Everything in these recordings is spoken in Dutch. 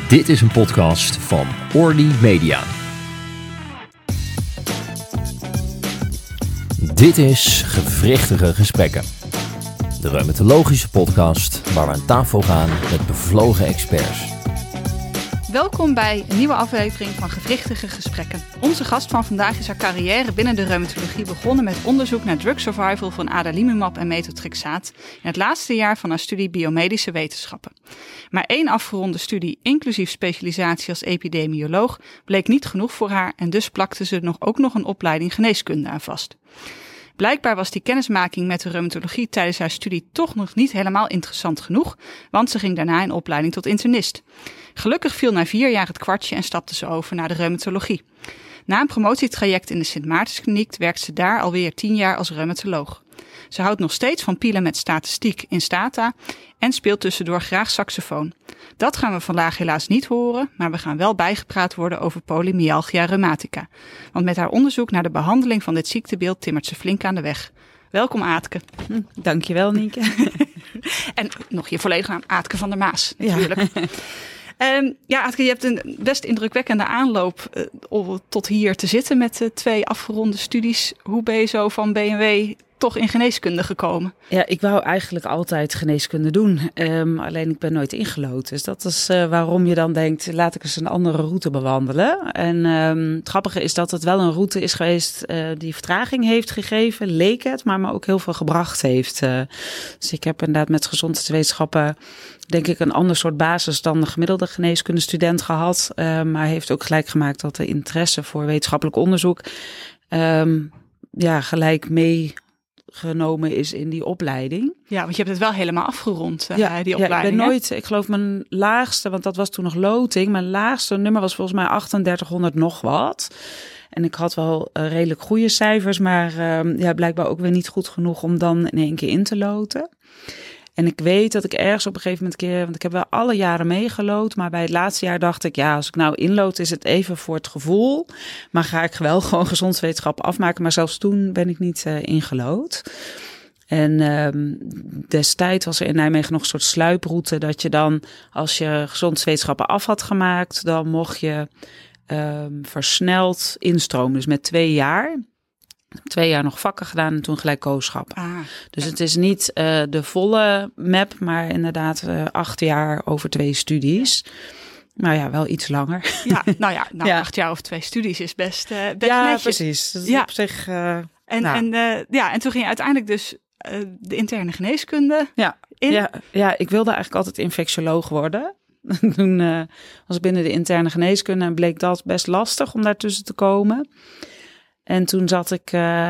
Dit is een podcast van Orly Media. Dit is Gewrichtige Gesprekken. De reumatologische podcast waar we aan tafel gaan met bevlogen experts. Welkom bij een nieuwe aflevering van Gewrichtige Gesprekken. Onze gast van vandaag is haar carrière binnen de reumatologie begonnen met onderzoek naar drug survival van adalimumab en methotrexaat in het laatste jaar van haar studie biomedische wetenschappen. Maar 1 afgeronde studie, inclusief specialisatie als epidemioloog, bleek niet genoeg voor haar en dus plakte ze ook nog een opleiding geneeskunde aan vast. Blijkbaar was die kennismaking met de reumatologie tijdens haar studie toch nog niet helemaal interessant genoeg, want ze ging daarna in opleiding tot internist. Gelukkig viel na 4 jaar het kwartje en stapte ze over naar de reumatologie. Na een promotietraject in de Sint Maartenskliniek werkt ze daar alweer 10 jaar als reumatoloog. Ze houdt nog steeds van pielen met statistiek in Stata en speelt tussendoor graag saxofoon. Dat gaan we vandaag helaas niet horen, maar we gaan wel bijgepraat worden over polymyalgia rheumatica. Want met haar onderzoek naar de behandeling van dit ziektebeeld timmert ze flink aan de weg. Welkom Aatke. Dankjewel Nienke. En nog je volledige naam, Aatke van der Maas natuurlijk. Ja. Aatke, je hebt een best indrukwekkende aanloop om tot hier te zitten met 2 afgeronde studies. Hoe ben je zo van BMW toch in geneeskunde gekomen? Ja, ik wou eigenlijk altijd geneeskunde doen. Alleen ik ben nooit ingelood. Dus dat is waarom je dan denkt, laat ik eens een andere route bewandelen. En het grappige is dat het wel een route is geweest die vertraging heeft gegeven, leek het, maar me ook heel veel gebracht heeft. Dus ik heb inderdaad met gezondheidswetenschappen denk ik een ander soort basis dan de gemiddelde geneeskundestudent gehad. Maar heeft ook gelijk gemaakt dat de interesse voor wetenschappelijk onderzoek gelijk meegenomen is in die opleiding. Ja, want je hebt het wel helemaal afgerond, die opleiding. Ja, ik ben nooit, ik geloof mijn laagste, want dat was toen nog loting. Mijn laagste nummer was volgens mij 3800 nog wat. En ik had wel redelijk goede cijfers, maar blijkbaar ook weer niet goed genoeg om dan in 1 keer in te loten. En ik weet dat ik ergens op een gegeven moment want ik heb wel alle jaren meegelood, maar bij het laatste jaar dacht ik, als ik nou inlood is het even voor het gevoel, maar ga ik wel gewoon gezondheidswetenschap afmaken. Maar zelfs toen ben ik niet ingelood. En destijds was er in Nijmegen nog een soort sluiproute dat je dan, als je gezondheidswetenschappen af had gemaakt, dan mocht je versneld instromen. Dus met 2 jaar. 2 jaar nog vakken gedaan en toen gelijk kooschap. Dus het is niet de volle map, maar inderdaad 8 jaar over 2 studies. Maar ja, wel iets langer. Ja, 8 jaar over 2 studies is best netjes. Ja, precies. Dat is op zich... En toen ging je uiteindelijk dus de interne geneeskunde in. Ja, ik wilde eigenlijk altijd infectioloog worden. Toen was ik binnen de interne geneeskunde en bleek dat best lastig om daartussen te komen. En toen dacht ik,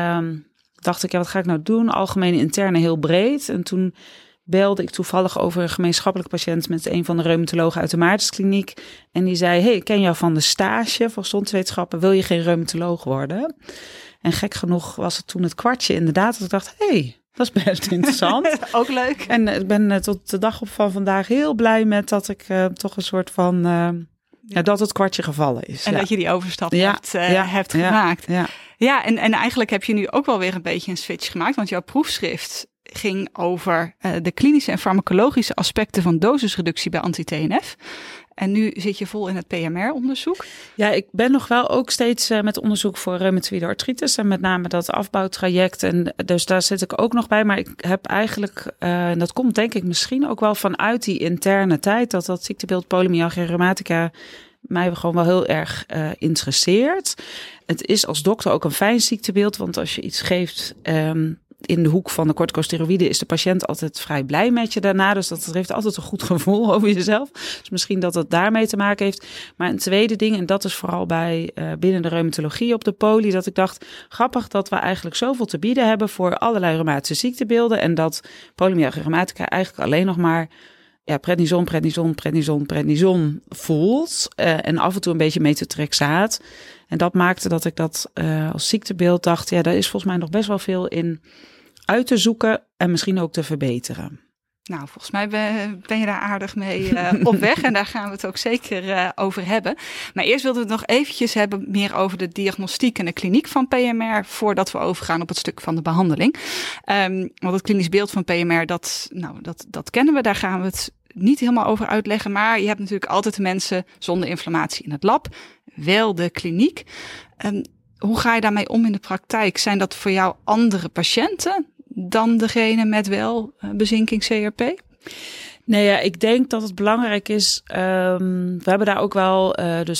wat ga ik nou doen? Algemene interne heel breed. En toen belde ik toevallig over een gemeenschappelijk patiënt met een van de reumatologen uit de Maartenskliniek. En die zei, hey, ik ken jou van de stage voor gezondheidswetenschappen. Wil je geen reumatoloog worden? En gek genoeg was het toen het kwartje inderdaad. Dat ik dacht, hey, dat is best interessant. Ook leuk. En ik ben tot de dag op van vandaag heel blij met dat ik toch een soort van... dat het kwartje gevallen is. En dat je die overstap hebt gemaakt. Ja, en eigenlijk heb je nu ook wel weer een beetje een switch gemaakt. Want jouw proefschrift ging over de klinische en farmacologische aspecten van dosisreductie bij anti-TNF. En nu zit je vol in het PMR-onderzoek. Ja, ik ben nog wel ook steeds met onderzoek voor reumatoïde artritis. En met name dat afbouwtraject. En dus daar zit ik ook nog bij. Maar ik heb eigenlijk, en dat komt denk ik misschien ook wel vanuit die interne tijd, dat ziektebeeld polymyalgia rheumatica mij gewoon wel heel erg interesseert. Het is als dokter ook een fijn ziektebeeld. Want als je iets geeft in de hoek van de corticosteroïden is de patiënt altijd vrij blij met je daarna. Dus dat heeft altijd een goed gevoel over jezelf. Dus misschien dat het daarmee te maken heeft. Maar een tweede ding, en dat is vooral bij binnen de reumatologie op de poli, dat ik dacht, grappig dat we eigenlijk zoveel te bieden hebben voor allerlei reumatische ziektebeelden. En dat polymyalgia rheumatica eigenlijk alleen nog maar prednison voelt. En af en toe een beetje methotrexaat. En dat maakte dat ik dat als ziektebeeld dacht, daar is volgens mij nog best wel veel in uit te zoeken en misschien ook te verbeteren. Nou, volgens mij ben je daar aardig mee op weg en daar gaan we het ook zeker over hebben. Maar eerst wilden we het nog eventjes hebben meer over de diagnostiek en de kliniek van PMR voordat we overgaan op het stuk van de behandeling. Want het klinisch beeld van PMR, dat kennen we, daar gaan we het niet helemaal over uitleggen. Maar je hebt natuurlijk altijd de mensen zonder inflammatie in het lab. Wel de kliniek. Hoe ga je daarmee om in de praktijk? Zijn dat voor jou andere patiënten dan degene met wel bezinking CRP? Nee, ja, ik denk dat het belangrijk is. We hebben daar ook wel,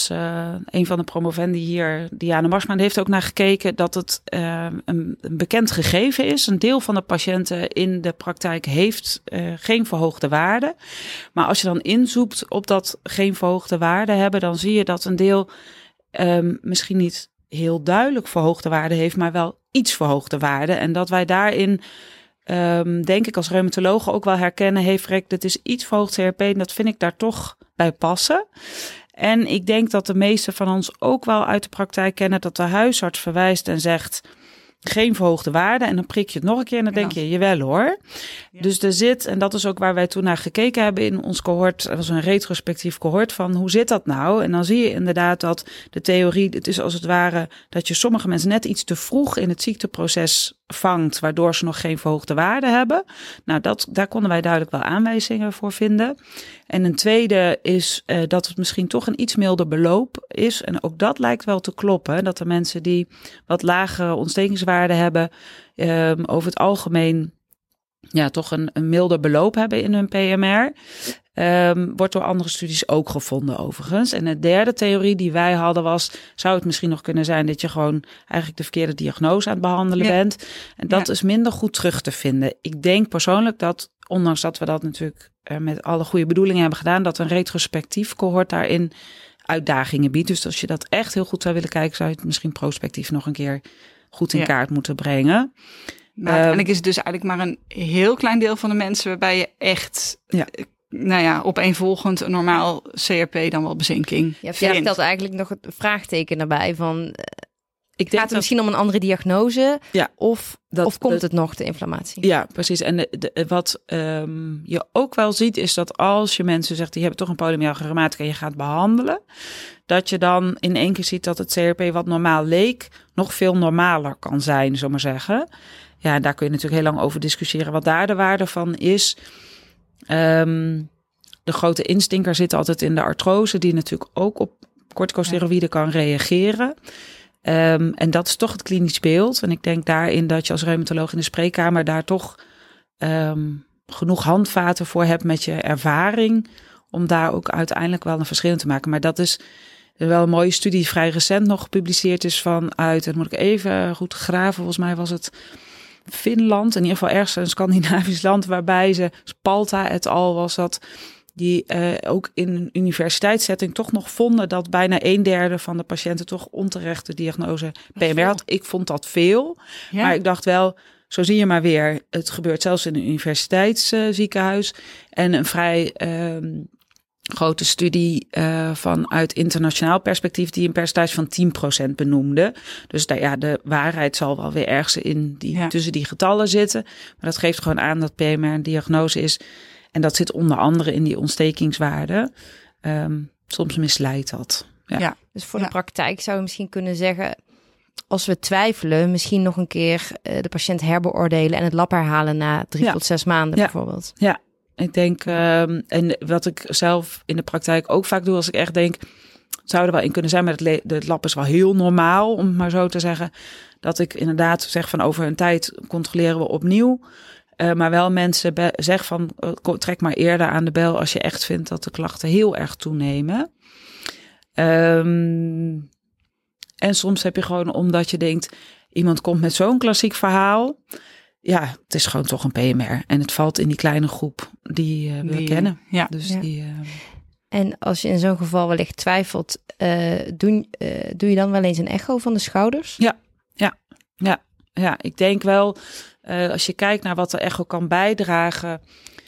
een van de promovendi hier, Diana Marsman, heeft ook naar gekeken dat het een bekend gegeven is. Een deel van de patiënten in de praktijk heeft geen verhoogde waarde. Maar als je dan inzoomt op dat geen verhoogde waarde hebben, dan zie je dat een deel misschien niet heel duidelijk verhoogde waarde heeft, maar wel iets verhoogde waarde. En dat wij daarin, denk ik als reumatoloog ook wel herkennen, hey Freek, dit is iets verhoogd CRP en dat vind ik daar toch bij passen. En ik denk dat de meesten van ons ook wel uit de praktijk kennen dat de huisarts verwijst en zegt geen verhoogde waarde. En dan prik je het nog een keer en dan denk je, jawel hoor. Ja. Dus er zit, en dat is ook waar wij toen naar gekeken hebben in ons cohort. Dat was een retrospectief cohort van hoe zit dat nou? En dan zie je inderdaad dat de theorie, het is als het ware dat je sommige mensen net iets te vroeg in het ziekteproces vangt, waardoor ze nog geen verhoogde waarde hebben. Nou, daar konden wij duidelijk wel aanwijzingen voor vinden. En een tweede is dat het misschien toch een iets milder beloop is. En ook dat lijkt wel te kloppen. Dat de mensen die wat lagere ontstekingswaarden hebben, over het algemeen toch een milder beloop hebben in hun PMR. Wordt door andere studies ook gevonden overigens. En de derde theorie die wij hadden was, zou het misschien nog kunnen zijn dat je gewoon eigenlijk de verkeerde diagnose aan het behandelen bent. En dat is minder goed terug te vinden. Ik denk persoonlijk dat, ondanks dat we dat natuurlijk met alle goede bedoelingen hebben gedaan, dat een retrospectief cohort daarin uitdagingen biedt. Dus als je dat echt heel goed zou willen kijken, zou je het misschien prospectief nog een keer goed in kaart moeten brengen. Maar uiteindelijk is het dus eigenlijk maar een heel klein deel van de mensen waarbij je echt opeenvolgend een normaal CRP dan wel bezinking. Ja, stelt eigenlijk nog het vraagteken erbij van, gaat het misschien om een andere diagnose? Ja, of komt het nog, de inflammatie? Ja, precies. En wat je ook wel ziet is dat als je mensen zegt, die hebben toch een polymyalgische reumatica en je gaat behandelen, dat je dan in één keer ziet dat het CRP wat normaal leek nog veel normaler kan zijn, zullen we maar zeggen. Ja, daar kun je natuurlijk heel lang over discussiëren wat daar de waarde van is. De grote instinker zit altijd in de artrose, die natuurlijk ook op corticosteroïden kan reageren. En dat is toch het klinisch beeld. En ik denk daarin dat je als reumatoloog in de spreekkamer daar toch genoeg handvaten voor hebt met je ervaring, om daar ook uiteindelijk wel een verschil in te maken. Maar dat is wel een mooie studie die vrij recent nog gepubliceerd is vanuit, dat moet ik even goed graven, volgens mij was het Finland, in ieder geval ergens een Scandinavisch land, waarbij ze, Spalta et al was dat, die ook in een universiteitssetting toch nog vonden dat bijna 1/3 van de patiënten toch onterechte diagnose PMR had. Ik vond dat veel, maar ik dacht wel, zo zie je maar weer, het gebeurt zelfs in een universiteitsziekenhuis. En een vrij grote studie vanuit internationaal perspectief die een percentage van 10% benoemde. Dus de waarheid zal wel weer ergens tussen die getallen zitten. Maar dat geeft gewoon aan dat PMR een diagnose is. En dat zit onder andere in die ontstekingswaarde. Soms misleidt dat. Ja. Dus voor de praktijk zou je misschien kunnen zeggen, als we twijfelen, misschien nog een keer de patiënt herbeoordelen en het lab herhalen na 3 tot 6 maanden bijvoorbeeld. Ja. Ik denk, en wat ik zelf in de praktijk ook vaak doe, als ik echt denk, het zou er wel in kunnen zijn, maar het lab is wel heel normaal, om het maar zo te zeggen, dat ik inderdaad zeg van over een tijd controleren we opnieuw. Maar wel mensen zeg van, trek maar eerder aan de bel als je echt vindt dat de klachten heel erg toenemen. En soms heb je gewoon, omdat je denkt, iemand komt met zo'n klassiek verhaal. Ja, het is gewoon toch een PMR. En het valt in die kleine groep die we kennen. Ja. Dus En als je in zo'n geval wellicht twijfelt, doe je dan wel eens een echo van de schouders? Ja, ik denk wel, als je kijkt naar wat de echo kan bijdragen.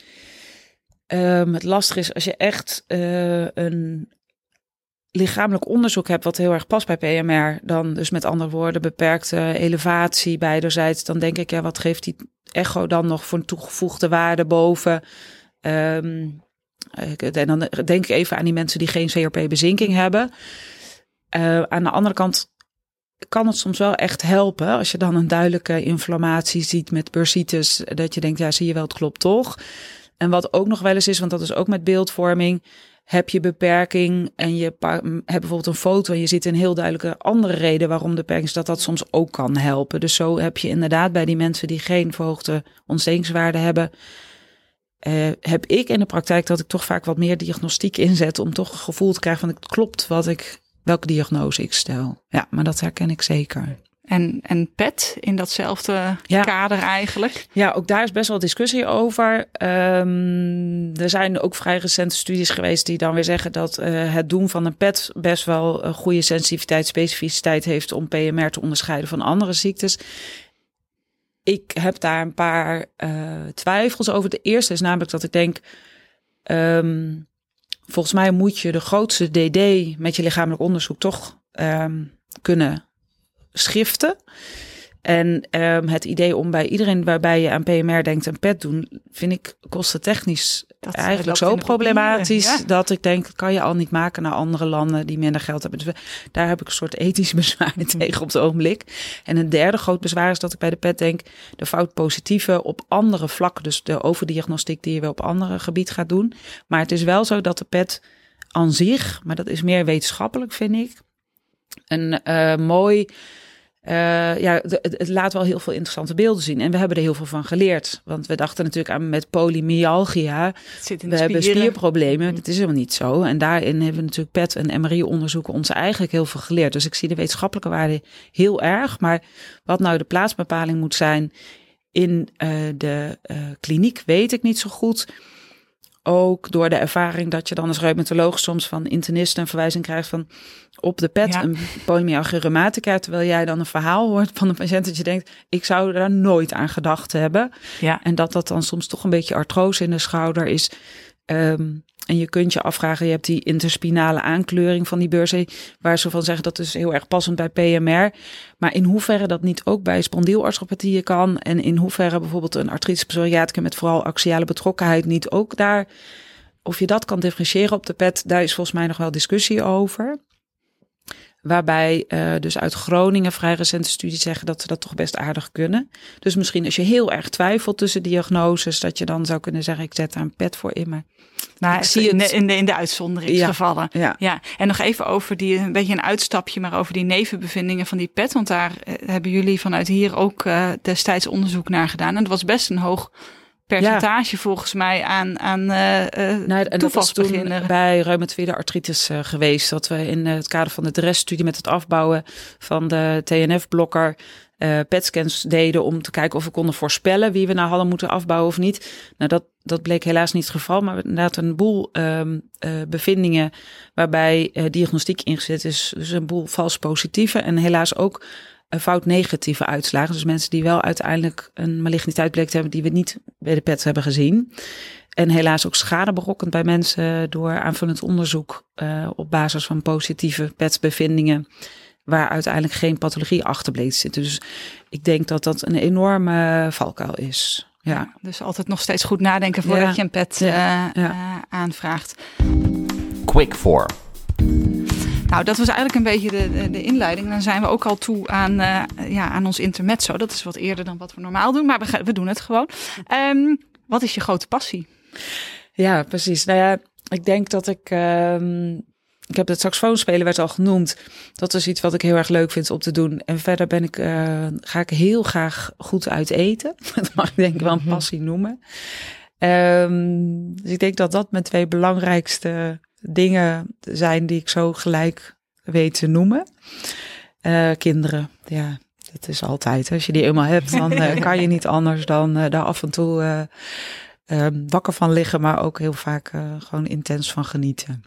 Het lastige is als je echt een lichamelijk onderzoek hebt wat heel erg past bij PMR, dan dus met andere woorden beperkte elevatie beiderzijds, dan denk ik, wat geeft die echo dan nog voor een toegevoegde waarde boven? En dan denk ik even aan die mensen die geen CRP-bezinking hebben. Aan de andere kant kan het soms wel echt helpen als je dan een duidelijke inflammatie ziet met bursitis, dat je denkt, zie je wel, het klopt toch. En wat ook nog wel eens is, want dat is ook met beeldvorming, heb je beperking en je hebt bijvoorbeeld een foto en je ziet een heel duidelijke andere reden waarom de beperking is, dat soms ook kan helpen. Dus zo heb je inderdaad bij die mensen die geen verhoogde ontstekingswaarde hebben, heb ik in de praktijk dat ik toch vaak wat meer diagnostiek inzet om toch een gevoel te krijgen van het klopt welke diagnose ik stel. Ja, maar dat herken ik zeker. En PET in datzelfde kader eigenlijk? Ja, ook daar is best wel discussie over. Er zijn ook vrij recente studies geweest die dan weer zeggen dat het doen van een PET best wel een goede sensitiviteit, specificiteit heeft om PMR te onderscheiden van andere ziektes. Ik heb daar een paar twijfels over. De eerste is namelijk dat ik denk, volgens mij moet je de grootste DD met je lichamelijk onderzoek toch kunnen schiften. En het idee om bij iedereen waarbij je aan PMR denkt een PET doen, vind ik kostentechnisch eigenlijk zo problematisch dat ik denk, kan je al niet maken naar andere landen die minder geld hebben. Dus daar heb ik een soort ethisch bezwaar tegen op het ogenblik. En een derde groot bezwaar is dat ik bij de PET denk, de fout-positieve op andere vlakken, dus de overdiagnostiek die je wel op andere gebied gaat doen. Maar het is wel zo dat de PET aan zich, maar dat is meer wetenschappelijk vind ik, een mooi... het laat wel heel veel interessante beelden zien. En we hebben er heel veel van geleerd. Want we dachten natuurlijk aan met polymyalgia. We hebben spierproblemen. Dat is helemaal niet zo. En daarin hebben we natuurlijk PET en MRI-onderzoeken ons eigenlijk heel veel geleerd. Dus ik zie de wetenschappelijke waarde heel erg. Maar wat nou de plaatsbepaling moet zijn in de kliniek, weet ik niet zo goed. Ook door de ervaring dat je dan als reumatoloog soms van internisten een verwijzing krijgt van op de PET een polymyalgia rheumatica, terwijl jij dan een verhaal hoort van een patiënt dat je denkt, ik zou daar nooit aan gedacht hebben. Ja. En dat dan soms toch een beetje artrose in de schouder is. En je kunt je afvragen, je hebt die interspinale aankleuring van die beurzen, waar ze van zeggen dat is heel erg passend bij PMR. Maar in hoeverre dat niet ook bij spondielarthropathieën kan en in hoeverre bijvoorbeeld een artritis psoriatica met vooral axiale betrokkenheid niet ook daar, of je dat kan differentiëren op de PET, daar is volgens mij nog wel discussie over. Waarbij dus uit Groningen vrij recente studies zeggen dat ze dat toch best aardig kunnen. Dus misschien als je heel erg twijfelt tussen diagnoses, dat je dan zou kunnen zeggen, ik zet daar een PET voor in. Maar ik zie het in de uitzonderingsgevallen. Ja. En nog even over een beetje een uitstapje, maar over die nevenbevindingen van die PET. Want daar hebben jullie vanuit hier ook destijds onderzoek naar gedaan. En dat was best een hoog percentage volgens mij aan toevalsbeginnen. Dat was bij reumatoïde artritis geweest. Dat we in het kader van de DRES-studie met het afbouwen van de TNF-blokker PET-scans deden om te kijken of we konden voorspellen wie we nou hadden moeten afbouwen of niet. Nou, dat bleek helaas niet het geval, maar inderdaad een boel bevindingen waarbij diagnostiek ingezet is. Dus een boel vals positieve en helaas ook fout negatieve uitslagen. Dus mensen die wel uiteindelijk een maligniteit bleek te hebben die we niet bij de PET hebben gezien. En helaas ook schade berokkend bij mensen door aanvullend onderzoek op basis van positieve PET-bevindingen, waar uiteindelijk geen pathologie achter bleek te zitten. Dus ik denk dat dat een enorme valkuil is. Ja. Dus altijd nog steeds goed nadenken voordat je een PET aanvraagt. Quick 4. Nou, dat was eigenlijk een beetje de inleiding. Dan zijn we ook al toe aan ons intermezzo. Dat is wat eerder dan wat we normaal doen, maar we doen het gewoon. Wat is je grote passie? Ja, precies. Nou ja, ik denk dat ik heb het saxofoonspelen werd al genoemd. Dat is iets wat ik heel erg leuk vind om te doen. En verder ga ik heel graag goed uit eten. Dat mag ik denk ik wel een passie noemen. Dus ik denk dat dat mijn 2 belangrijkste dingen zijn die ik zo gelijk weet te noemen. Kinderen, ja, dat is altijd. Als je die eenmaal hebt, dan kan je niet anders dan daar af en toe wakker van liggen, maar ook heel vaak gewoon intens van genieten.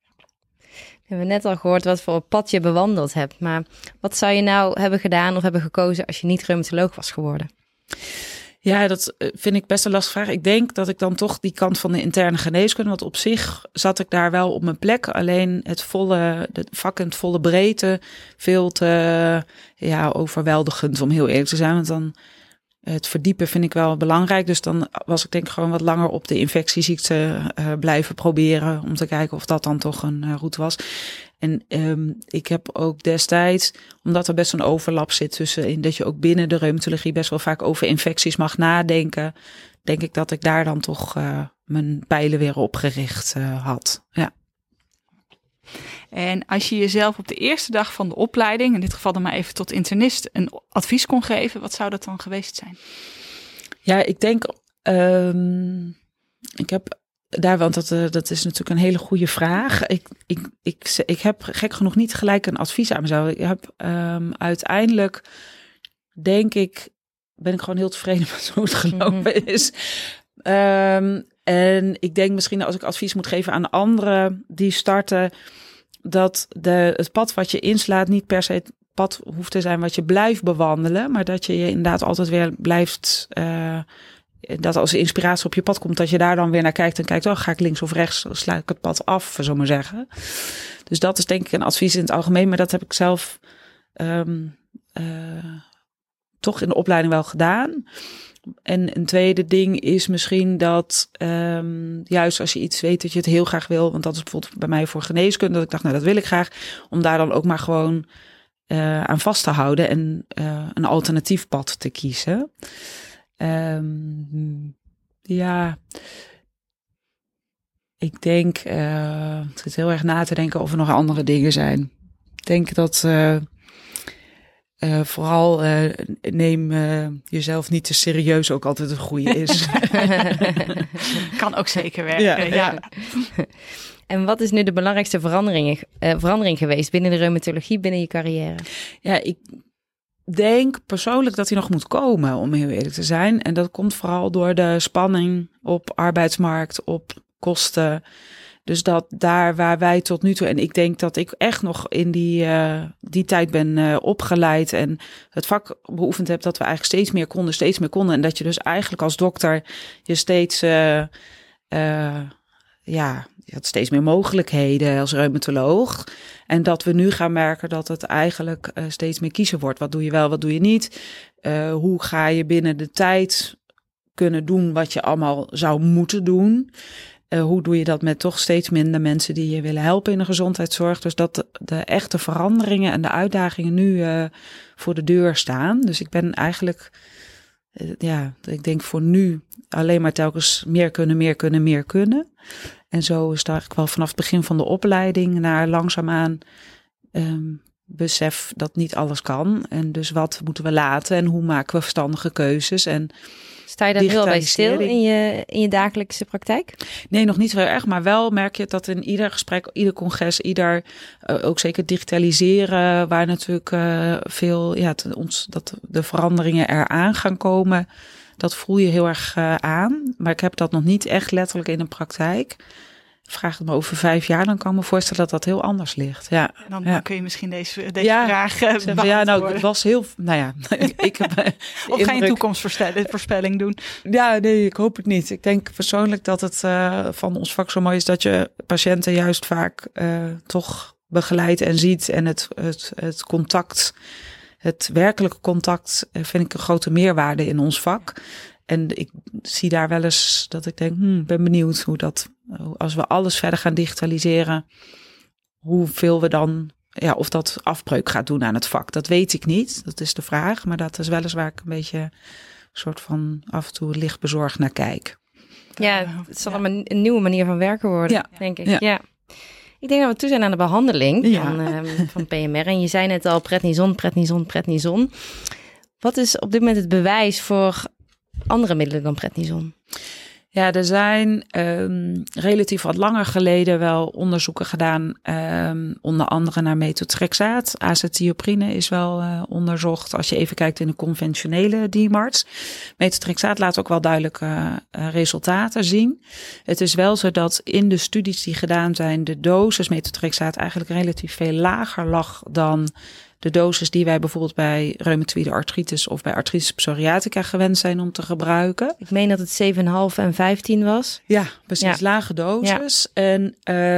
We hebben net al gehoord wat voor pad je bewandeld hebt. Maar wat zou je nou hebben gedaan of hebben gekozen als je niet reumatoloog was geworden? Ja, dat vind ik best een lastige vraag. Ik denk dat ik dan toch die kant van de interne geneeskunde, want op zich zat ik daar wel op mijn plek. Alleen het vak in het volle breedte veel te overweldigend, om heel eerlijk te zijn. Want dan het verdiepen vind ik wel belangrijk. Dus dan was ik denk ik gewoon wat langer op de infectieziekte blijven proberen. Om te kijken of dat dan toch een route was. En ik heb ook destijds, omdat er best een overlap zit tussenin, dat je ook binnen de reumatologie best wel vaak over infecties mag nadenken. Denk ik dat ik daar dan toch mijn pijlen weer opgericht had. Ja. En als je jezelf op de eerste dag van de opleiding, in dit geval dan maar even tot internist, een advies kon geven, wat zou dat dan geweest zijn? Ja, ik denk, ik heb daar, want dat is natuurlijk een hele goede vraag. Ik heb gek genoeg niet gelijk een advies aan mezelf. Ik heb uiteindelijk, denk ik, ben ik gewoon heel tevreden met hoe het gelopen is. En ik denk misschien als ik advies moet geven aan anderen die starten, dat het pad wat je inslaat niet per se het pad hoeft te zijn wat je blijft bewandelen, maar dat je inderdaad altijd weer blijft, dat als inspiratie op je pad komt, dat je daar dan weer naar kijkt en kijkt, oh, ga ik links of rechts, dan sla ik het pad af, zo maar zeggen. Dus dat is denk ik een advies in het algemeen, maar dat heb ik zelf toch in de opleiding wel gedaan. En een tweede ding is misschien dat juist als je iets weet dat je het heel graag wil, want dat is bijvoorbeeld bij mij voor geneeskunde, dat ik dacht, nou dat wil ik graag, om daar dan ook maar gewoon aan vast te houden en een alternatief pad te kiezen. Ja, ik denk, het zit heel erg na te denken of er nog andere dingen zijn. Ik denk dat vooral neem jezelf niet te serieus ook altijd het goede is. Kan ook zeker werken. Ja. En wat is nu de belangrijkste verandering geweest binnen de reumatologie, binnen je carrière? Ja, ik denk persoonlijk dat hij nog moet komen, om heel eerlijk te zijn. En dat komt vooral door de spanning op arbeidsmarkt, op kosten. Dus dat daar waar wij tot nu toe, en ik denk dat ik echt nog in die tijd ben opgeleid en het vak beoefend heb, dat we eigenlijk steeds meer konden. En dat je dus eigenlijk als dokter je steeds, je had steeds meer mogelijkheden als reumatoloog. En dat we nu gaan merken dat het eigenlijk steeds meer kiezen wordt. Wat doe je wel, wat doe je niet? Hoe ga je binnen de tijd kunnen doen wat je allemaal zou moeten doen? Hoe doe je dat met toch steeds minder mensen die je willen helpen in de gezondheidszorg? Dus dat de echte veranderingen en de uitdagingen nu voor de deur staan. Dus ik ben eigenlijk, ik denk voor nu alleen maar telkens meer kunnen. En zo is het eigenlijk wel vanaf het begin van de opleiding naar langzaamaan besef dat niet alles kan. En dus wat moeten we laten en hoe maken we verstandige keuzes en sta je daar heel bij stil in je dagelijkse praktijk? Nee, nog niet zo erg. Maar wel merk je dat in ieder gesprek, ieder congres, ook zeker digitaliseren, waar natuurlijk veel, dat de veranderingen eraan gaan komen. Dat voel je heel erg aan. Maar ik heb dat nog niet echt letterlijk in de praktijk. Vraag het me over 5 jaar, dan kan ik me voorstellen dat dat heel anders ligt. Ja. En dan kun je misschien deze vraag beantwoorden. Het was heel, ik heb of ga je een toekomstvoorspelling doen? Ja, nee, ik hoop het niet. Ik denk persoonlijk dat het van ons vak zo mooi is dat je patiënten juist vaak toch begeleidt en ziet. En het contact, het werkelijke contact vind ik een grote meerwaarde in ons vak. En ik zie daar wel eens dat ik denk, ben benieuwd hoe dat, als we alles verder gaan digitaliseren, hoeveel we dan, of dat afbreuk gaat doen aan het vak. Dat weet ik niet, dat is de vraag. Maar dat is wel eens waar ik een beetje soort van af en toe licht bezorgd naar kijk. Ja, het zal een nieuwe manier van werken worden, denk ik. Ja. Ik denk dat we toe zijn aan de behandeling van PMR. En je zei net al, prednison. Wat is op dit moment het bewijs voor andere middelen dan prednison? Ja, er zijn relatief wat langer geleden wel onderzoeken gedaan, onder andere naar methotrexaat. Azathioprine is wel onderzocht als je even kijkt in de conventionele DMARDs. Methotrexaat laat ook wel duidelijk resultaten zien. Het is wel zo dat in de studies die gedaan zijn, de dosis methotrexaat eigenlijk relatief veel lager lag dan de dosis die wij bijvoorbeeld bij reumatoïde artritis of bij artritis psoriatica gewend zijn om te gebruiken. Ik meen dat het 7,5 en 15 was. Ja, precies, lage dosis. Ja. En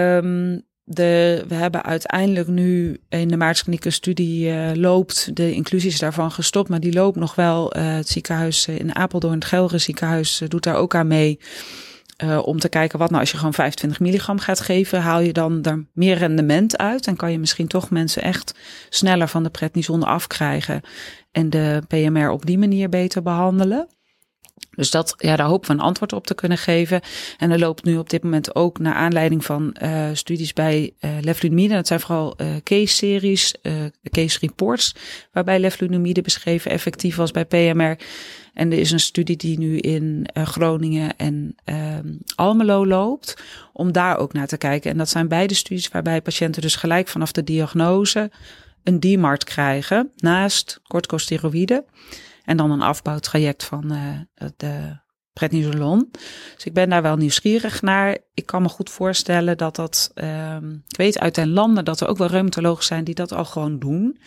we hebben uiteindelijk nu in de Maartskliniek een studie loopt. De inclusie is daarvan gestopt, maar die loopt nog wel. Het ziekenhuis in Apeldoorn, het Gelre ziekenhuis, doet daar ook aan mee. Om te kijken wat nou als je gewoon 25 milligram gaat geven, haal je dan er meer rendement uit. En kan je misschien toch mensen echt sneller van de prednison afkrijgen en de PMR op die manier beter behandelen. Dus daar hopen we een antwoord op te kunnen geven. En er loopt nu op dit moment ook naar aanleiding van studies bij leflunomide. Dat zijn vooral case-series, case reports, waarbij leflunomide beschreven effectief was bij PMR. En er is een studie die nu in Groningen en Almelo loopt, om daar ook naar te kijken. En dat zijn beide studies waarbij patiënten dus gelijk vanaf de diagnose een DMARD krijgen, naast corticosteroïden. En dan een afbouwtraject van de prednisolon. Dus ik ben daar wel nieuwsgierig naar. Ik kan me goed voorstellen dat ik weet uit den landen dat er ook wel reumatologen zijn die dat al gewoon doen.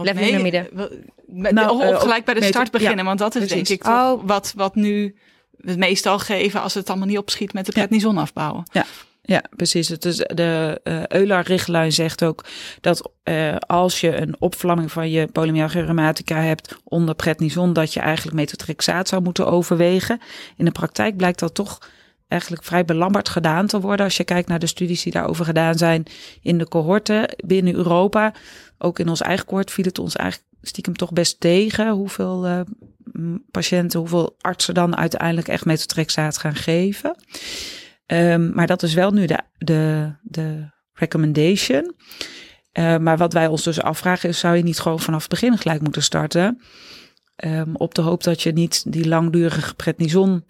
Gelijk bij de start beginnen, want dat is precies. Denk ik toch wat nu het meestal geven als het allemaal niet opschiet met de prednison afbouwen. Ja, precies. Dus de EULAR-richtlijn zegt ook dat als je een opvlamming van je polymyalgia rheumatica hebt onder prednison, dat je eigenlijk methotrexaat zou moeten overwegen. In de praktijk blijkt dat toch eigenlijk vrij belamberd gedaan te worden. Als je kijkt naar de studies die daarover gedaan zijn in de cohorten binnen Europa. Ook in ons eigen cohort viel het ons eigenlijk stiekem toch best tegen hoeveel patiënten, hoeveel artsen dan uiteindelijk echt methotrexaat gaan geven. Maar dat is wel nu de recommendation. Maar wat wij ons dus afvragen is, zou je niet gewoon vanaf het begin gelijk moeten starten? Op de hoop dat je niet die langdurige prednison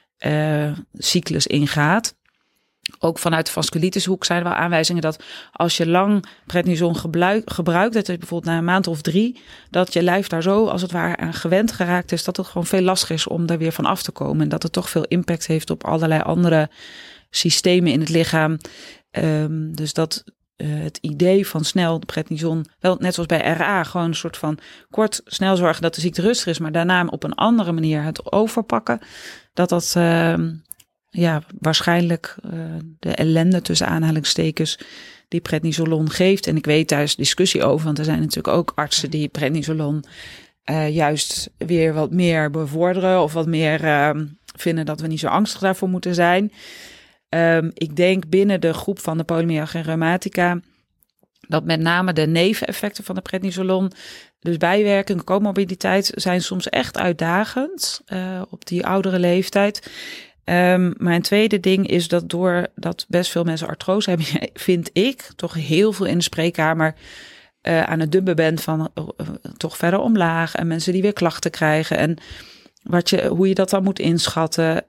cyclus ingaat. Ook vanuit de vasculitishoek zijn er wel aanwijzingen dat als je lang prednison gebruikt, dat je bijvoorbeeld na een maand of 3, dat je lijf daar zo als het ware aan gewend geraakt is, dat het gewoon veel lastiger is om daar weer van af te komen. En dat het toch veel impact heeft op allerlei andere systemen in het lichaam. Dus dat het idee van snel de prednison, wel net zoals bij RA, gewoon een soort van kort snel zorgen dat de ziekte rustig is, maar daarna op een andere manier het overpakken, dat waarschijnlijk de ellende tussen aanhalingstekens die prednisolon geeft. En ik weet daar is discussie over, want er zijn natuurlijk ook artsen die prednisolon juist weer wat meer bevorderen of wat meer vinden dat we niet zo angstig daarvoor moeten zijn. Ik denk binnen de groep van de polymyalgia rheumatica dat met name de neveneffecten van de prednisolon, dus bijwerkingen, comorbiditeit, zijn soms echt uitdagend op die oudere leeftijd. Maar een tweede ding is dat doordat best veel mensen artrose hebben, vind ik toch heel veel in de spreekkamer aan het dumpen bent van toch verder omlaag en mensen die weer klachten krijgen en hoe je dat dan moet inschatten.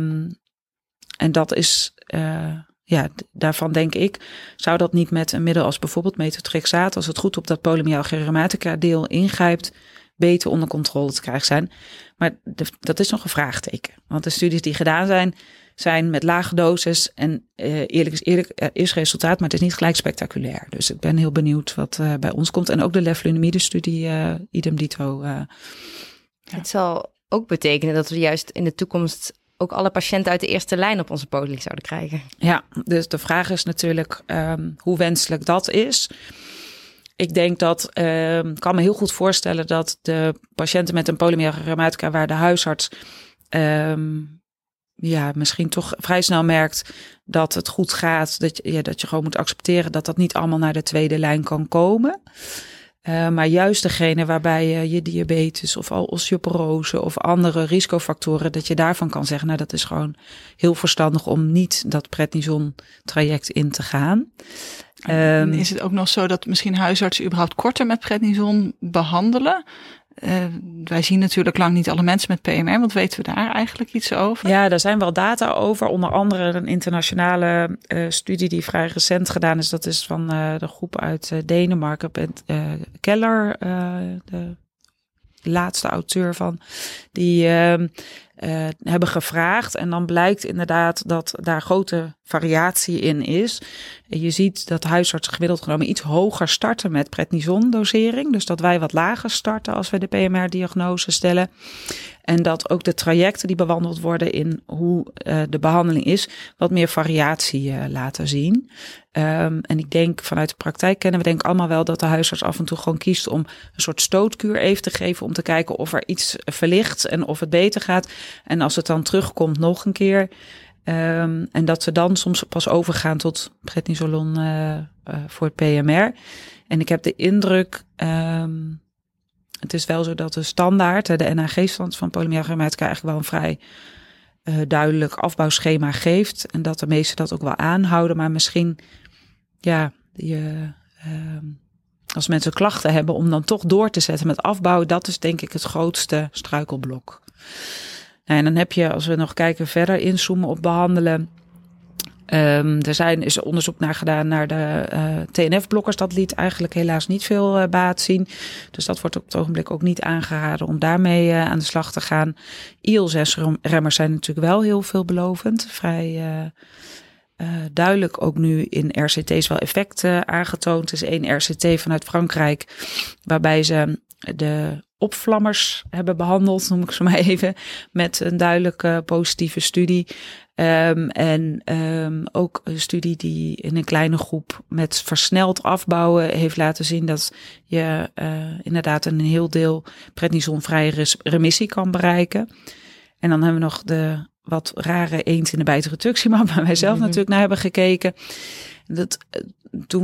En dat is, daarvan denk ik, zou dat niet met een middel als bijvoorbeeld methotrexaat, als het goed op dat polymyalgia rheumatica deel ingrijpt, beter onder controle te krijgen zijn. Maar dat is nog een vraagteken. Want de studies die gedaan zijn met lage doses. En eerlijk is eerlijk, er is resultaat, maar het is niet gelijk spectaculair. Dus ik ben heel benieuwd wat bij ons komt. En ook de leflunomide-studie, idem dito. Het zal ook betekenen dat we juist in de toekomst ook alle patiënten uit de eerste lijn op onze poli zouden krijgen. Ja, dus de vraag is natuurlijk hoe wenselijk dat is. Ik denk kan me heel goed voorstellen dat de patiënten met een polymyalgia rheumatica waar de huisarts misschien toch vrij snel merkt dat het goed gaat, dat je gewoon moet accepteren dat dat niet allemaal naar de tweede lijn kan komen. Maar juist degene waarbij je diabetes of osteoporose of andere risicofactoren, dat je daarvan kan zeggen, nou dat is gewoon heel verstandig om niet dat prednison traject in te gaan. Is het ook nog zo dat misschien huisartsen überhaupt korter met prednison behandelen? Wij zien natuurlijk lang niet alle mensen met PMR. Wat weten we daar eigenlijk iets over? Ja, daar zijn wel data over. Onder andere een internationale studie die vrij recent gedaan is. Dat is van de groep uit Denemarken. Keller, de laatste auteur van. Die hebben gevraagd. En dan blijkt inderdaad dat daar grote variatie in is. Je ziet dat huisartsen gemiddeld genomen iets hoger starten met prednison-dosering. Dus dat wij wat lager starten als we de PMR-diagnose stellen. En dat ook de trajecten die bewandeld worden in hoe de behandeling is, wat meer variatie laten zien. En ik denk vanuit de praktijk kennen we denk ik allemaal wel dat de huisarts af en toe gewoon kiest om een soort stootkuur even te geven om te kijken of er iets verlicht en of het beter gaat. En als het dan terugkomt nog een keer. En dat ze dan soms pas overgaan tot prednisolon voor het PMR. En ik heb de indruk Het is wel zo dat de standaard, de NAG-stand van polymyalgia rheumatica eigenlijk wel een vrij duidelijk afbouwschema geeft. En dat de meesten dat ook wel aanhouden. Maar misschien, als mensen klachten hebben om dan toch door te zetten met afbouwen, dat is denk ik het grootste struikelblok. Nou, en dan heb je, als we nog kijken verder inzoomen op behandelen. Is onderzoek naar gedaan naar de TNF-blokkers. Dat liet eigenlijk helaas niet veel baat zien. Dus dat wordt op het ogenblik ook niet aangeraden om daarmee aan de slag te gaan. IL-6-remmers zijn natuurlijk wel heel veelbelovend. Vrij duidelijk ook nu in RCT's wel effect aangetoond. Er is 1 RCT vanuit Frankrijk waarbij ze de opvlammers hebben behandeld, noem ik ze maar even, met een duidelijke positieve studie. Ook een studie die in een kleine groep met versneld afbouwen heeft laten zien dat je inderdaad een heel deel prednisonvrije remissie kan bereiken. En dan hebben we nog de wat rare eend in de bijt rituximab, waar wij zelf natuurlijk naar hebben gekeken. Toen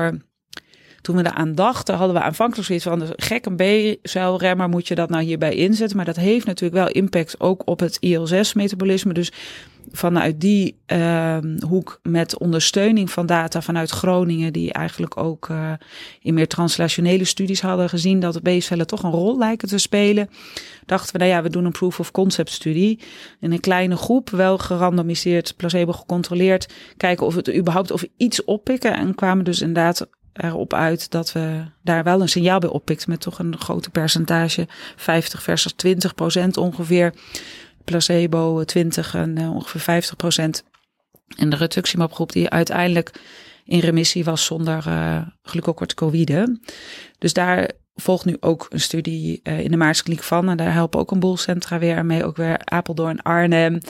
we eraan dachten, hadden we aanvankelijk zoiets van de gekke B-celremmer, moet je dat nou hierbij inzetten? Maar dat heeft natuurlijk wel impact ook op het IL-6-metabolisme. Dus vanuit die hoek met ondersteuning van data vanuit Groningen, die eigenlijk ook in meer translationele studies hadden gezien dat de B-cellen toch een rol lijken te spelen, dachten we, we doen een proof of concept studie in een kleine groep, wel gerandomiseerd, placebo gecontroleerd, kijken of het überhaupt of iets oppikken, en kwamen dus inderdaad erop uit dat we daar wel een signaal bij oppikten met toch een grote percentage, 50 versus 20% ongeveer. Placebo 20 en ongeveer 50%. En de rituximab-groep die uiteindelijk in remissie was zonder glucocorticoïden. Dus daar volgt nu ook een studie in de Maartskliniek van. En daar helpen ook een boel centra weer mee. Ook weer Apeldoorn, Arnhem.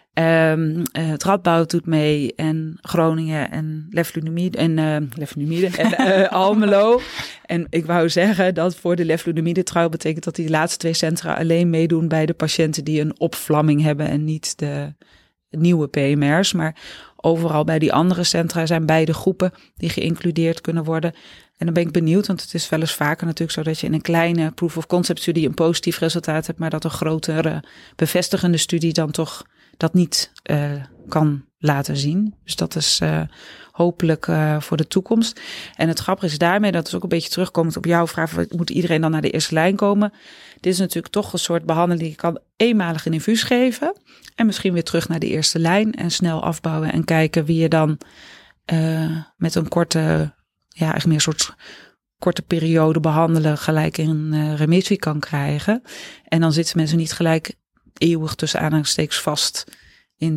Het Radboud doet mee en Groningen en leflunomide en Almelo. En ik wou zeggen dat voor de leflunomide trial betekent dat die laatste 2 centra alleen meedoen bij de patiënten die een opvlamming hebben en niet de nieuwe PMR's. Maar overal bij die andere centra zijn beide groepen die geïncludeerd kunnen worden. En dan ben ik benieuwd, want het is wel eens vaker natuurlijk zo dat je in een kleine proof of concept studie een positief resultaat hebt, maar dat een grotere bevestigende studie dan toch dat niet kan laten zien. Dus dat is hopelijk voor de toekomst. En het grappige is daarmee, dat is ook een beetje terugkomend op jouw vraag, moet iedereen dan naar de eerste lijn komen? Dit is natuurlijk toch een soort behandeling die je kan eenmalig een infuus geven en misschien weer terug naar de eerste lijn en snel afbouwen en kijken wie je dan met een korte, eigenlijk meer een soort korte periode behandelen gelijk in remissie kan krijgen. En dan zitten mensen niet gelijk eeuwig tussen aanhalingstekens vast in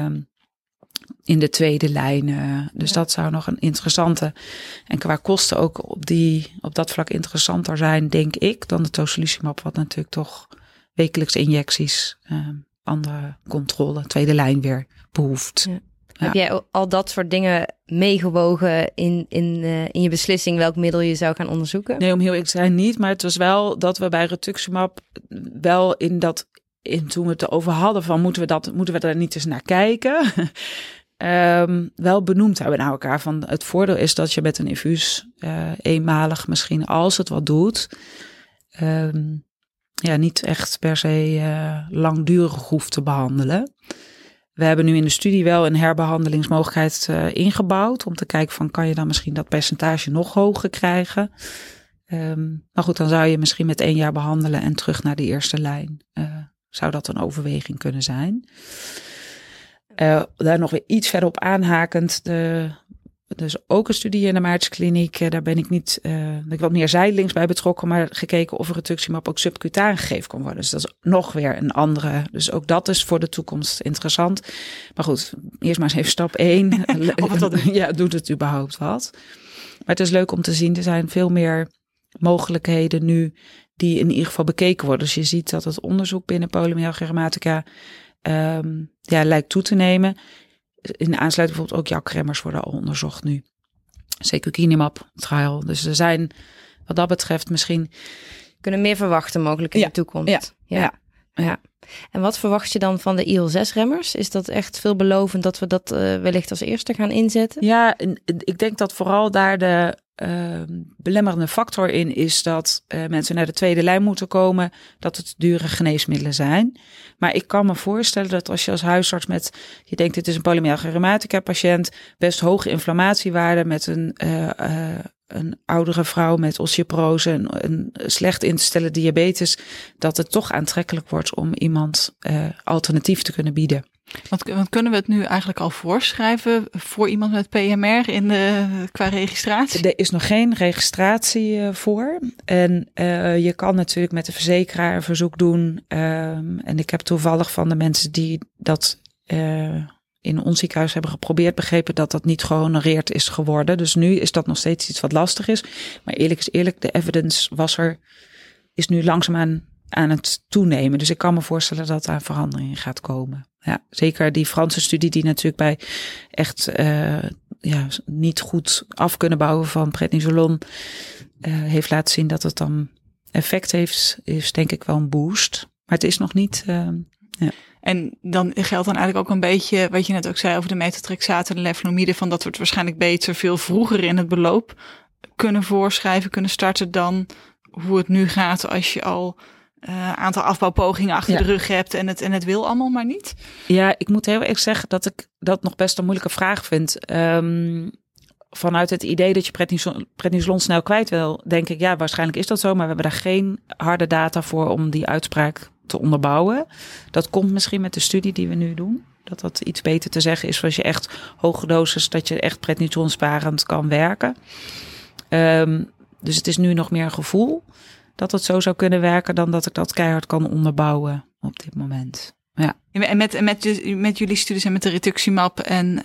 de tweede lijn. Dus dat zou nog een interessante en qua kosten ook op dat vlak interessanter zijn, denk ik, dan de tocilizumab, wat natuurlijk toch wekelijks injecties, andere controle, tweede lijn weer behoeft. Ja. Ja. Heb jij al dat soort dingen meegewogen in je beslissing welk middel je zou gaan onderzoeken? Nee, om heel eerlijk te zijn niet, maar het was wel dat we bij rituximab wel toen we het erover hadden van moeten we daar niet eens naar kijken, wel benoemd hebben naar elkaar. Van het voordeel is dat je met een infuus eenmalig misschien als het wat doet, niet echt per se langdurig hoeft te behandelen. We hebben nu in de studie wel een herbehandelingsmogelijkheid ingebouwd om te kijken van kan je dan misschien dat percentage nog hoger krijgen. Maar goed, dan zou je misschien met 1 jaar behandelen en terug naar de eerste lijn. Zou dat een overweging kunnen zijn. Daar nog weer iets verder op aanhakend. Dus ook een studie in de Maartskliniek. Daar ben ik wat meer zijdelings bij betrokken. Maar gekeken of rituximab ook subcutaan gegeven kan worden. Dus dat is nog weer een andere. Dus ook dat is voor de toekomst interessant. Maar goed, eerst maar eens even stap 1. Doet het überhaupt wat? Maar het is leuk om te zien. Er zijn veel meer mogelijkheden nu die in ieder geval bekeken worden. Dus je ziet dat het onderzoek binnen polymyalgia rheumatica lijkt toe te nemen. In de aansluiting bijvoorbeeld ook JAK-remmers worden al onderzocht nu. Secukinumab trial. Dus er zijn wat dat betreft misschien kunnen meer verwachten mogelijk in de toekomst. Ja. En wat verwacht je dan van de IL-6-remmers? Is dat echt veelbelovend dat we dat wellicht als eerste gaan inzetten? Ja, ik denk dat vooral daar belemmerende factor in is dat mensen naar de tweede lijn moeten komen, dat het dure geneesmiddelen zijn. Maar ik kan me voorstellen dat als je als huisarts je denkt dit is een polymyalgia rheumatica patiënt, best hoge inflammatiewaarde met een oudere vrouw met osteoporose, een slecht in te stellen diabetes, dat het toch aantrekkelijk wordt om iemand alternatief te kunnen bieden. Want kunnen we het nu eigenlijk al voorschrijven voor iemand met PMR qua registratie? Er is nog geen registratie voor. En je kan natuurlijk met de verzekeraar een verzoek doen. En ik heb toevallig van de mensen die dat in ons ziekenhuis hebben geprobeerd, begrepen dat dat niet gehonoreerd is geworden. Dus nu is dat nog steeds iets wat lastig is. Maar eerlijk is eerlijk, de evidence is nu langzaamaan aan het toenemen. Dus ik kan me voorstellen dat daar verandering gaat komen. Ja, zeker die Franse studie die natuurlijk bij echt niet goed af kunnen bouwen van prednisolon heeft laten zien dat het dan effect heeft, is denk ik wel een boost. Maar het is nog niet... En dan geldt dan eigenlijk ook een beetje wat je net ook zei over de metotrexaat en de leflunomide, van dat we het waarschijnlijk beter veel vroeger in het beloop kunnen voorschrijven, kunnen starten dan hoe het nu gaat als je al aantal afbouwpogingen achter de rug hebt en het wil allemaal maar niet. Ja, ik moet heel erg zeggen dat ik dat nog best een moeilijke vraag vind. Vanuit het idee dat je prednisolon snel kwijt wil, denk ik, ja, waarschijnlijk is dat zo, maar we hebben daar geen harde data voor om die uitspraak te onderbouwen. Dat komt misschien met de studie die we nu doen. Dat iets beter te zeggen is als je echt hoge doses, dat je echt prednisolonsparend kan werken. Dus het is nu nog meer een gevoel dat het zo zou kunnen werken dan dat ik dat keihard kan onderbouwen op dit moment. Ja. En met jullie studies en met de rituximab en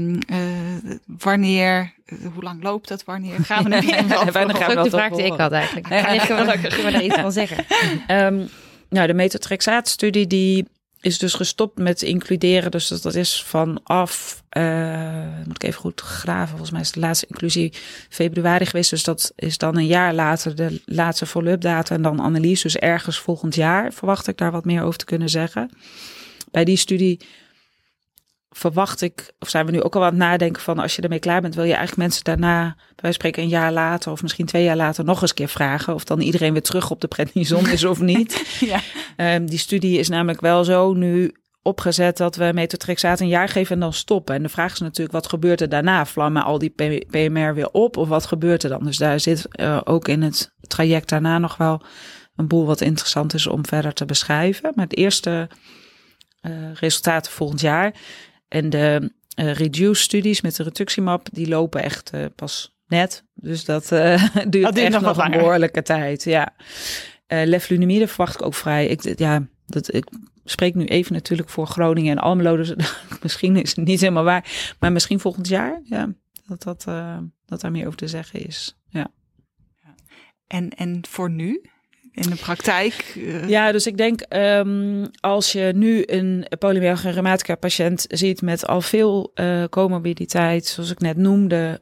hoe lang loopt dat? Wanneer gaan we nu? De vraag die ik had eigenlijk. Kun je daar iets van zeggen? De metotrexaat-studie die is dus gestopt met includeren. Dus dat is vanaf, moet ik even goed graven. Volgens mij is de laatste inclusie februari geweest. Dus dat is dan een jaar later de laatste follow-up data en dan analyse. Dus ergens volgend jaar verwacht ik daar wat meer over te kunnen zeggen. Bij die studie verwacht ik, of zijn we nu ook al aan het nadenken van als je ermee klaar bent, wil je eigenlijk mensen daarna, bij wijze van spreken een jaar later of misschien 2 jaar later nog eens een keer vragen of dan iedereen weer terug op de prednison is of niet. Ja. Die studie is namelijk wel zo nu opgezet dat we metotrexaat een jaar geven en dan stoppen. En de vraag is natuurlijk, wat gebeurt er daarna? Vlammen al die PMR weer op of wat gebeurt er dan? Dus daar zit ook in het traject daarna nog wel een boel wat interessant is om verder te beschrijven. Maar het eerste resultaten volgend jaar. En de reduce-studies met de rituximab, die lopen echt pas net. Dus dat duurt echt nog een behoorlijke tijd. Ja. Leflunomide verwacht ik ook vrij. Ik spreek nu even natuurlijk voor Groningen en Almelo. Dus misschien is het niet helemaal waar. Maar misschien volgend jaar, ja, dat daar meer over te zeggen is. Ja. En voor nu? In de praktijk? Ja, dus ik denk als je nu een polymyalgia rheumatica patiënt ziet met al veel comorbiditeit, zoals ik net noemde,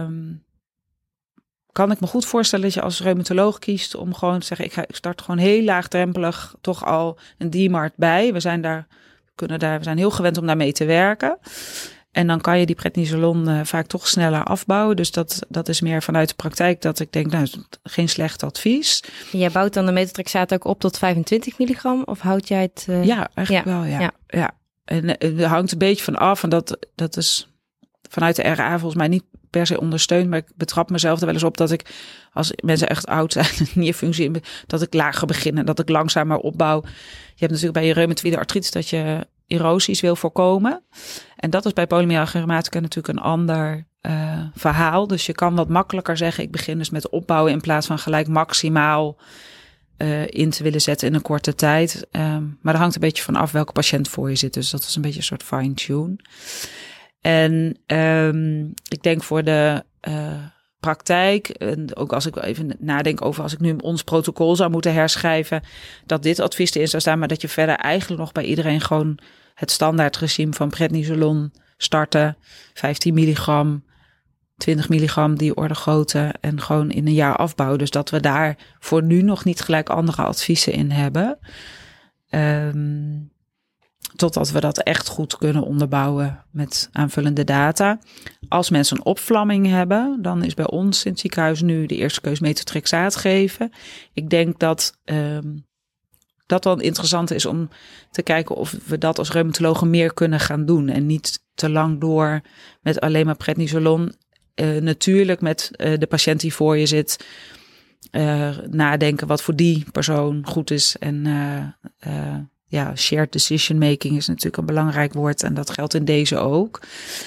kan ik me goed voorstellen dat je als reumatoloog kiest om gewoon te zeggen, ik start gewoon heel laagdrempelig toch al een DMARD bij. We zijn heel gewend om daarmee te werken. En dan kan je die prednisolon vaak toch sneller afbouwen. Dus dat is meer vanuit de praktijk dat ik denk, geen slecht advies. Jij bouwt dan de metotrexaat ook op tot 25 milligram? Of houd jij het... Ja, eigenlijk wel, ja. En het hangt een beetje van af. En dat is vanuit de RA volgens mij niet per se ondersteund. Maar ik betrap mezelf er wel eens op dat ik, als mensen echt oud zijn, nierfunctie, dat ik lager begin en dat ik langzamer opbouw. Je hebt natuurlijk bij je reumatoïde artritis dat je erosies wil voorkomen. En dat is bij polymyalgia rheumatica natuurlijk een ander verhaal. Dus je kan wat makkelijker zeggen, ik begin dus met opbouwen in plaats van gelijk maximaal in te willen zetten in een korte tijd. Maar dat hangt een beetje van af welke patiënt voor je zit. Dus dat is een beetje een soort fine-tune. En ik denk voor de praktijk, en ook als ik even nadenk over als ik nu ons protocol zou moeten herschrijven, dat dit advies erin zou staan, maar dat je verder eigenlijk nog bij iedereen gewoon het standaardregime van prednisolon starten, 15 milligram, 20 milligram, die orde grootte, en gewoon in een jaar afbouwen. Dus dat we daar voor nu nog niet gelijk andere adviezen in hebben. Totdat we dat echt goed kunnen onderbouwen met aanvullende data. Als mensen een opvlamming hebben, dan is bij ons in het ziekenhuis nu de eerste keus metotrexaat geven. Ik denk dat dat wel interessant is om te kijken of we dat als reumatologen meer kunnen gaan doen. En niet te lang door met alleen maar prednisolon. Natuurlijk met de patiënt die voor je zit nadenken wat voor die persoon goed is. En shared decision making is natuurlijk een belangrijk woord. En dat geldt in deze ook.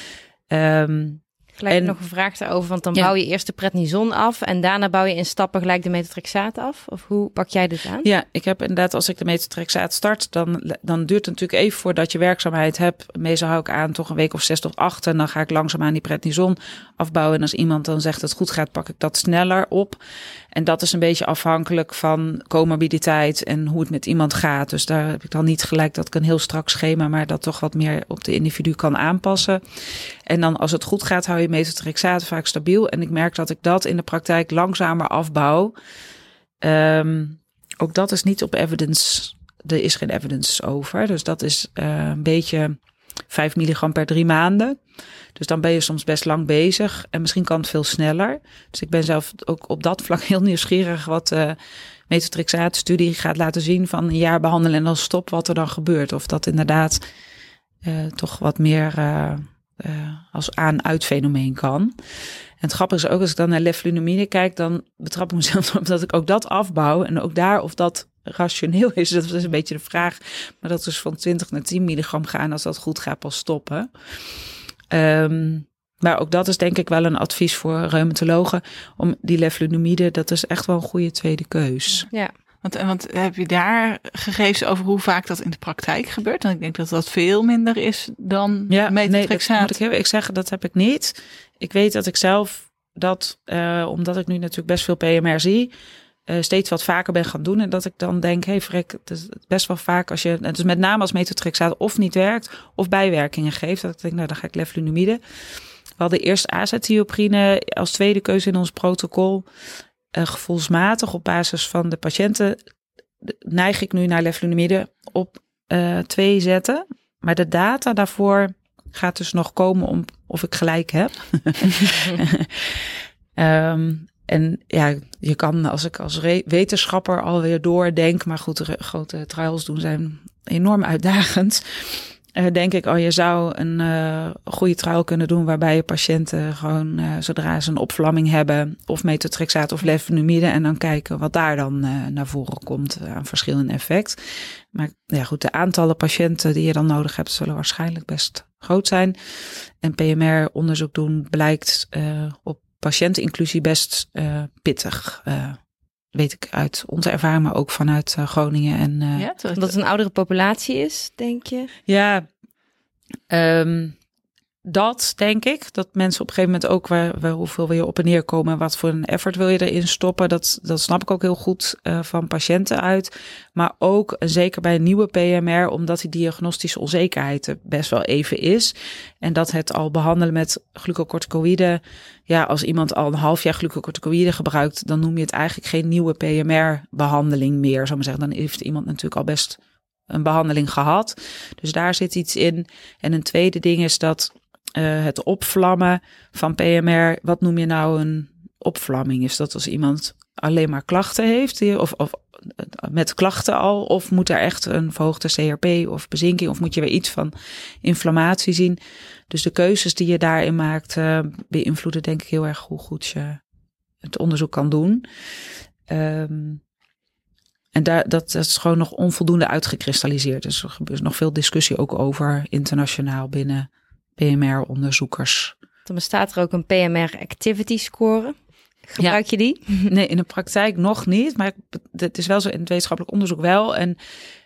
Gelijk nog een vraag daarover, want dan bouw je eerst de prednison af en daarna bouw je in stappen gelijk de metotrexaat af? Of hoe pak jij dit aan? Ja, ik heb inderdaad, als ik de metotrexaat start, dan duurt het natuurlijk even voordat je werkzaamheid hebt. Meestal hou ik aan toch een week of 6 tot 8 en dan ga ik langzaamaan die prednison afbouwen. En als iemand dan zegt dat het goed gaat, pak ik dat sneller op. En dat is een beetje afhankelijk van comorbiditeit en hoe het met iemand gaat. Dus daar heb ik dan niet gelijk dat ik een heel strak schema, maar dat toch wat meer op de individu kan aanpassen. En dan als het goed gaat, hou je metotrexaat vaak stabiel. En ik merk dat ik dat in de praktijk langzamer afbouw. Ook dat is niet op evidence. Er is geen evidence over. Dus dat is een beetje 5 milligram per 3 maanden. Dus dan ben je soms best lang bezig. En misschien kan het veel sneller. Dus ik ben zelf ook op dat vlak heel nieuwsgierig wat de metotrexaat-studie gaat laten zien van een jaar behandelen en dan stop wat er dan gebeurt. Of dat inderdaad toch wat meer als aan-uit fenomeen kan. En het grappige is ook, als ik dan naar leflunomide kijk, dan betrap ik mezelf op dat ik ook dat afbouw. En ook daar of dat rationeel is, dat is een beetje de vraag. Maar dat is van 20 naar 10 milligram gaan. Als dat goed gaat, pas stoppen. Maar ook dat is denk ik wel een advies voor reumatologen. Om die leflunomide, dat is echt wel een goede tweede keus. Ja. Want heb je daar gegevens over hoe vaak dat in de praktijk gebeurt? Want ik denk dat dat veel minder is dan metotrexaat. Nee, ik zeg, dat heb ik niet. Ik weet dat ik zelf dat, omdat ik nu natuurlijk best veel PMR zie, steeds wat vaker ben gaan doen. En dat ik dan denk, het is best wel vaak als je, dus met name als metotrexaat of niet werkt of bijwerkingen geeft. Dat ik denk, nou dan ga ik leflunomide. We hadden eerst azatioprine als tweede keuze in ons protocol. Gevoelsmatig op basis van de patiënten neig ik nu naar leflunomide op 2 zetten. Maar de data daarvoor gaat dus nog komen of ik gelijk heb. En ja, je kan als ik als wetenschapper alweer doordenk, maar goed, de grote trials doen zijn enorm uitdagend. Denk ik, je zou een goede trial kunnen doen waarbij je patiënten gewoon zodra ze een opvlamming hebben of metotrexaat of leflunomide en dan kijken wat daar dan naar voren komt aan verschil in effect. Maar ja goed, de aantallen patiënten die je dan nodig hebt zullen waarschijnlijk best groot zijn. En PMR-onderzoek doen blijkt op patiënteninclusie best pittig. Weet ik uit onze ervaring, maar ook vanuit Groningen. En, dat het een oudere populatie is, denk je? Ja, dat denk ik. Dat mensen op een gegeven moment ook hoeveel wil je op en neer komen en wat voor een effort wil je erin stoppen. Dat snap ik ook heel goed van patiënten uit. Maar ook, en zeker bij een nieuwe PMR, omdat die diagnostische onzekerheid er best wel even is. En dat het al behandelen met glucocorticoïden. Ja, als iemand al een half jaar glucocorticoïden gebruikt, dan noem je het eigenlijk geen nieuwe PMR-behandeling meer. Zou maar zeggen, dan heeft iemand natuurlijk al best een behandeling gehad. Dus daar zit iets in. En een tweede ding is dat het opvlammen van PMR, wat noem je nou een opvlamming? Is dat als iemand alleen maar klachten heeft, of met klachten al, of moet er echt een verhoogde CRP of bezinking, of moet je weer iets van inflammatie zien? Dus de keuzes die je daarin maakt, beïnvloeden denk ik heel erg hoe goed je het onderzoek kan doen. En dat is gewoon nog onvoldoende uitgekristalliseerd. Dus er gebeurt nog veel discussie ook over internationaal binnen PMR-onderzoekers. Dan bestaat er ook een PMR Activity Score. Gebruik je die? Nee, in de praktijk nog niet. Maar het is wel zo in het wetenschappelijk onderzoek wel. En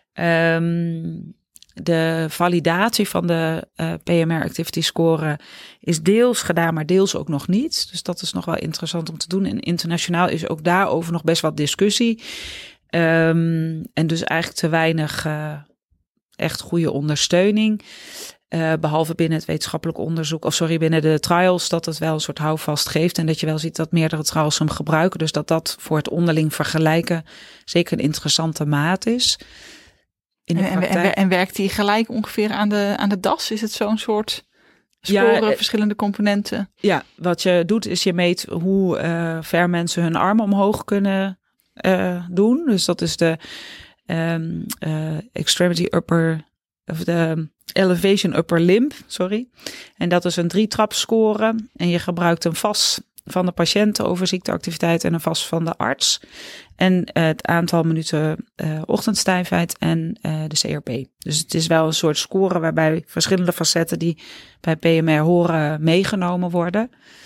de validatie van de PMR Activity Score is deels gedaan, maar deels ook nog niet. Dus dat is nog wel interessant om te doen. En internationaal is ook daarover nog best wat discussie. En dus eigenlijk te weinig echt goede ondersteuning. Behalve binnen het wetenschappelijk onderzoek, binnen de trials, dat het wel een soort houvast geeft. En dat je wel ziet dat meerdere trials hem gebruiken. Dus dat voor het onderling vergelijken zeker een interessante maat is. in de praktijk. En werkt die gelijk ongeveer aan de das? Is het zo'n soort scoren, verschillende componenten? Ja, wat je doet is je meet hoe ver mensen hun armen omhoog kunnen doen. Dus dat is de extremity upper, of de elevation upper limb, sorry. En dat is een 3-trap score. En je gebruikt een VAS van de patiënt over ziekteactiviteit en een VAS van de arts. En het aantal minuten ochtendstijfheid en de CRP. Dus het is wel een soort score waarbij verschillende facetten die bij PMR horen meegenomen worden.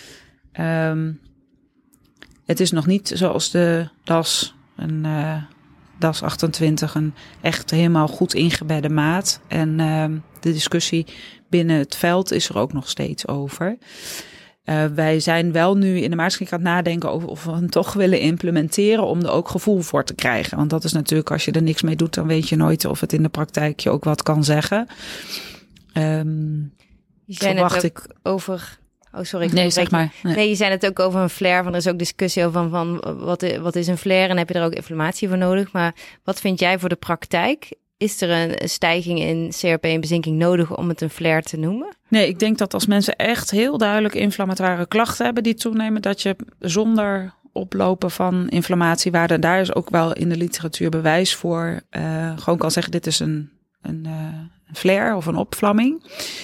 Het is nog niet zoals de DAS, een DAS 28, een echt helemaal goed ingebedde maat. En de discussie binnen het veld is er ook nog steeds over. Wij zijn wel nu in de maatschappij aan het nadenken over of we hem toch willen implementeren om er ook gevoel voor te krijgen. Want dat is natuurlijk, als je er niks mee doet, dan weet je nooit of het in de praktijk je ook wat kan zeggen. Je zei het ook over... Oh, sorry. Nee, zeg maar. Nee, je zei het ook over een flare. Van er is ook discussie over van wat is een flare en heb je er ook inflammatie voor nodig. Maar wat vind jij voor de praktijk? Is er een stijging in CRP en bezinking nodig om het een flare te noemen? Nee, ik denk dat als mensen echt heel duidelijk inflammatoire klachten hebben die toenemen, dat je zonder oplopen van inflammatiewaarde, daar is ook wel in de literatuur bewijs voor, gewoon kan zeggen dit is een flare of een opvlamming.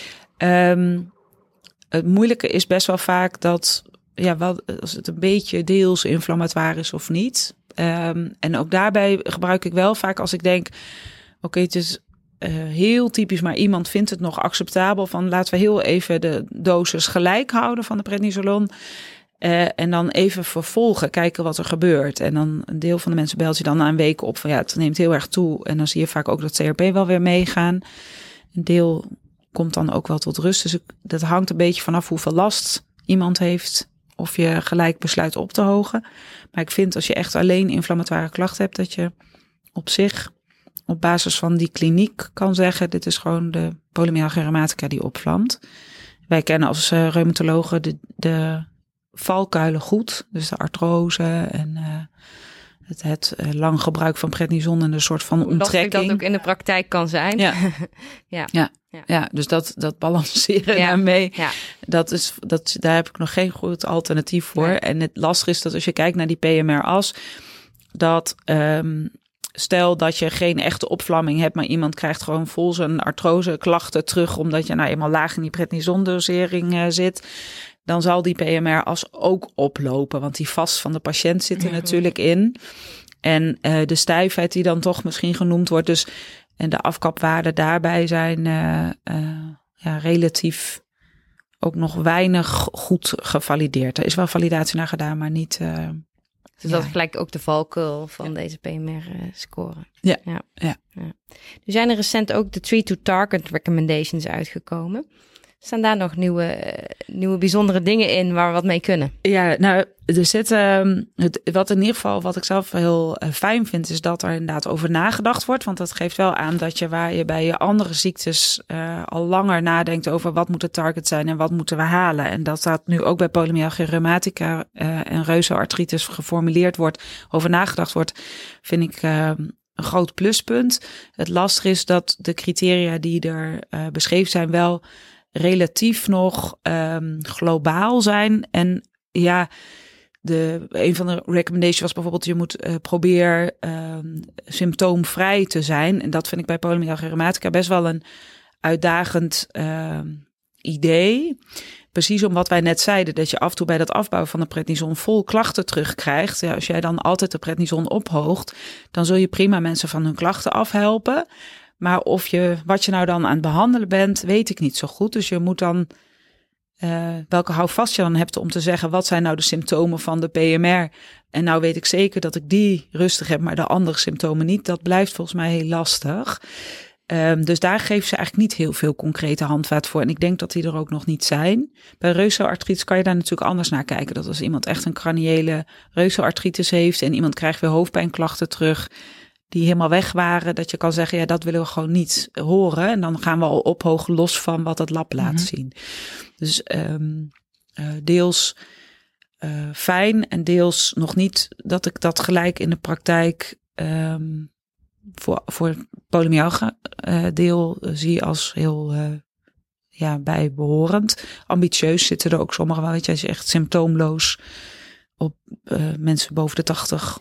Het moeilijke is best wel vaak dat, als het een beetje deels inflammatoire is of niet. En ook daarbij gebruik ik wel vaak als ik denk, oké, het is heel typisch, maar iemand vindt het nog acceptabel van laten we heel even de dosis gelijk houden van de prednisolon. En dan even vervolgen, kijken wat er gebeurt. En dan een deel van de mensen belt je dan na een week op van het neemt heel erg toe. En dan zie je vaak ook dat CRP wel weer meegaan. Een deel komt dan ook wel tot rust. Dus dat hangt een beetje vanaf hoeveel last iemand heeft. Of je gelijk besluit op te hogen. Maar ik vind als je echt alleen inflammatoire klachten hebt, dat je op zich op basis van die kliniek kan zeggen, dit is gewoon de polymyalgia rheumatica die opvlamt. Wij kennen als reumatologen de valkuilen goed. Dus de artrose en het lang gebruik van prednison en een soort van onttrekking. Dat ook in de praktijk kan zijn. Ja, dus dat balanceren daarmee. Ja. Daar heb ik nog geen goed alternatief voor. Nee. En het lastig is dat als je kijkt naar die PMR-as, dat stel dat je geen echte opvlamming hebt, maar iemand krijgt gewoon vol zijn artrose klachten terug, omdat je eenmaal laag in die prednisondosering zit, dan zal die PMR-as ook oplopen. Want die VAS van de patiënt zit er natuurlijk in. En de stijfheid die dan toch misschien genoemd wordt. Dus, en de afkapwaarden daarbij zijn relatief ook nog weinig goed gevalideerd. Er is wel validatie naar gedaan, maar niet... Dus dat is gelijk ook de valkuil van deze PMR-score. Ja. Er zijn er recent ook de Treat-to-Target recommendations uitgekomen. Staan daar nog nieuwe bijzondere dingen in waar we wat mee kunnen? Ja, nou, er zit wat in ieder geval, wat ik zelf heel fijn vind, is dat er inderdaad over nagedacht wordt. Want dat geeft wel aan dat waar je bij je andere ziektes al langer nadenkt over wat moet de target zijn en wat moeten we halen. En dat dat nu ook bij polymyalgia rheumatica en reuzenartritis geformuleerd wordt, over nagedacht wordt, vind ik een groot pluspunt. Het lastige is dat de criteria die er beschreven zijn wel relatief nog globaal zijn. En een van de recommendations was bijvoorbeeld, je moet probeer symptoomvrij te zijn. En dat vind ik bij polymyalgia rheumatica best wel een uitdagend idee. Precies om wat wij net zeiden, dat je af en toe bij dat afbouwen van de prednison vol klachten terugkrijgt. Ja, als jij dan altijd de prednison ophoogt, dan zul je prima mensen van hun klachten afhelpen. Maar wat je nou dan aan het behandelen bent, weet ik niet zo goed. Dus je moet dan, welke houvast je dan hebt om te zeggen, wat zijn nou de symptomen van de PMR? En nou weet ik zeker dat ik die rustig heb, maar de andere symptomen niet. Dat blijft volgens mij heel lastig. Dus daar geven ze eigenlijk niet heel veel concrete handvaat voor. En ik denk dat die er ook nog niet zijn. Bij reuzenartritis kan je daar natuurlijk anders naar kijken. Dat als iemand echt een craniële reuzenartritis heeft en iemand krijgt weer hoofdpijnklachten terug die helemaal weg waren, dat je kan zeggen, ja, dat willen we gewoon niet horen. En dan gaan we al ophogen los van wat het lab laat zien. Dus deels fijn en deels nog niet dat ik dat gelijk in de praktijk voor het polymyalgia deel zie je als heel bijbehorend. Ambitieus zitten er ook sommigen wel. Weet je, als je echt symptoomloos op mensen boven de 80.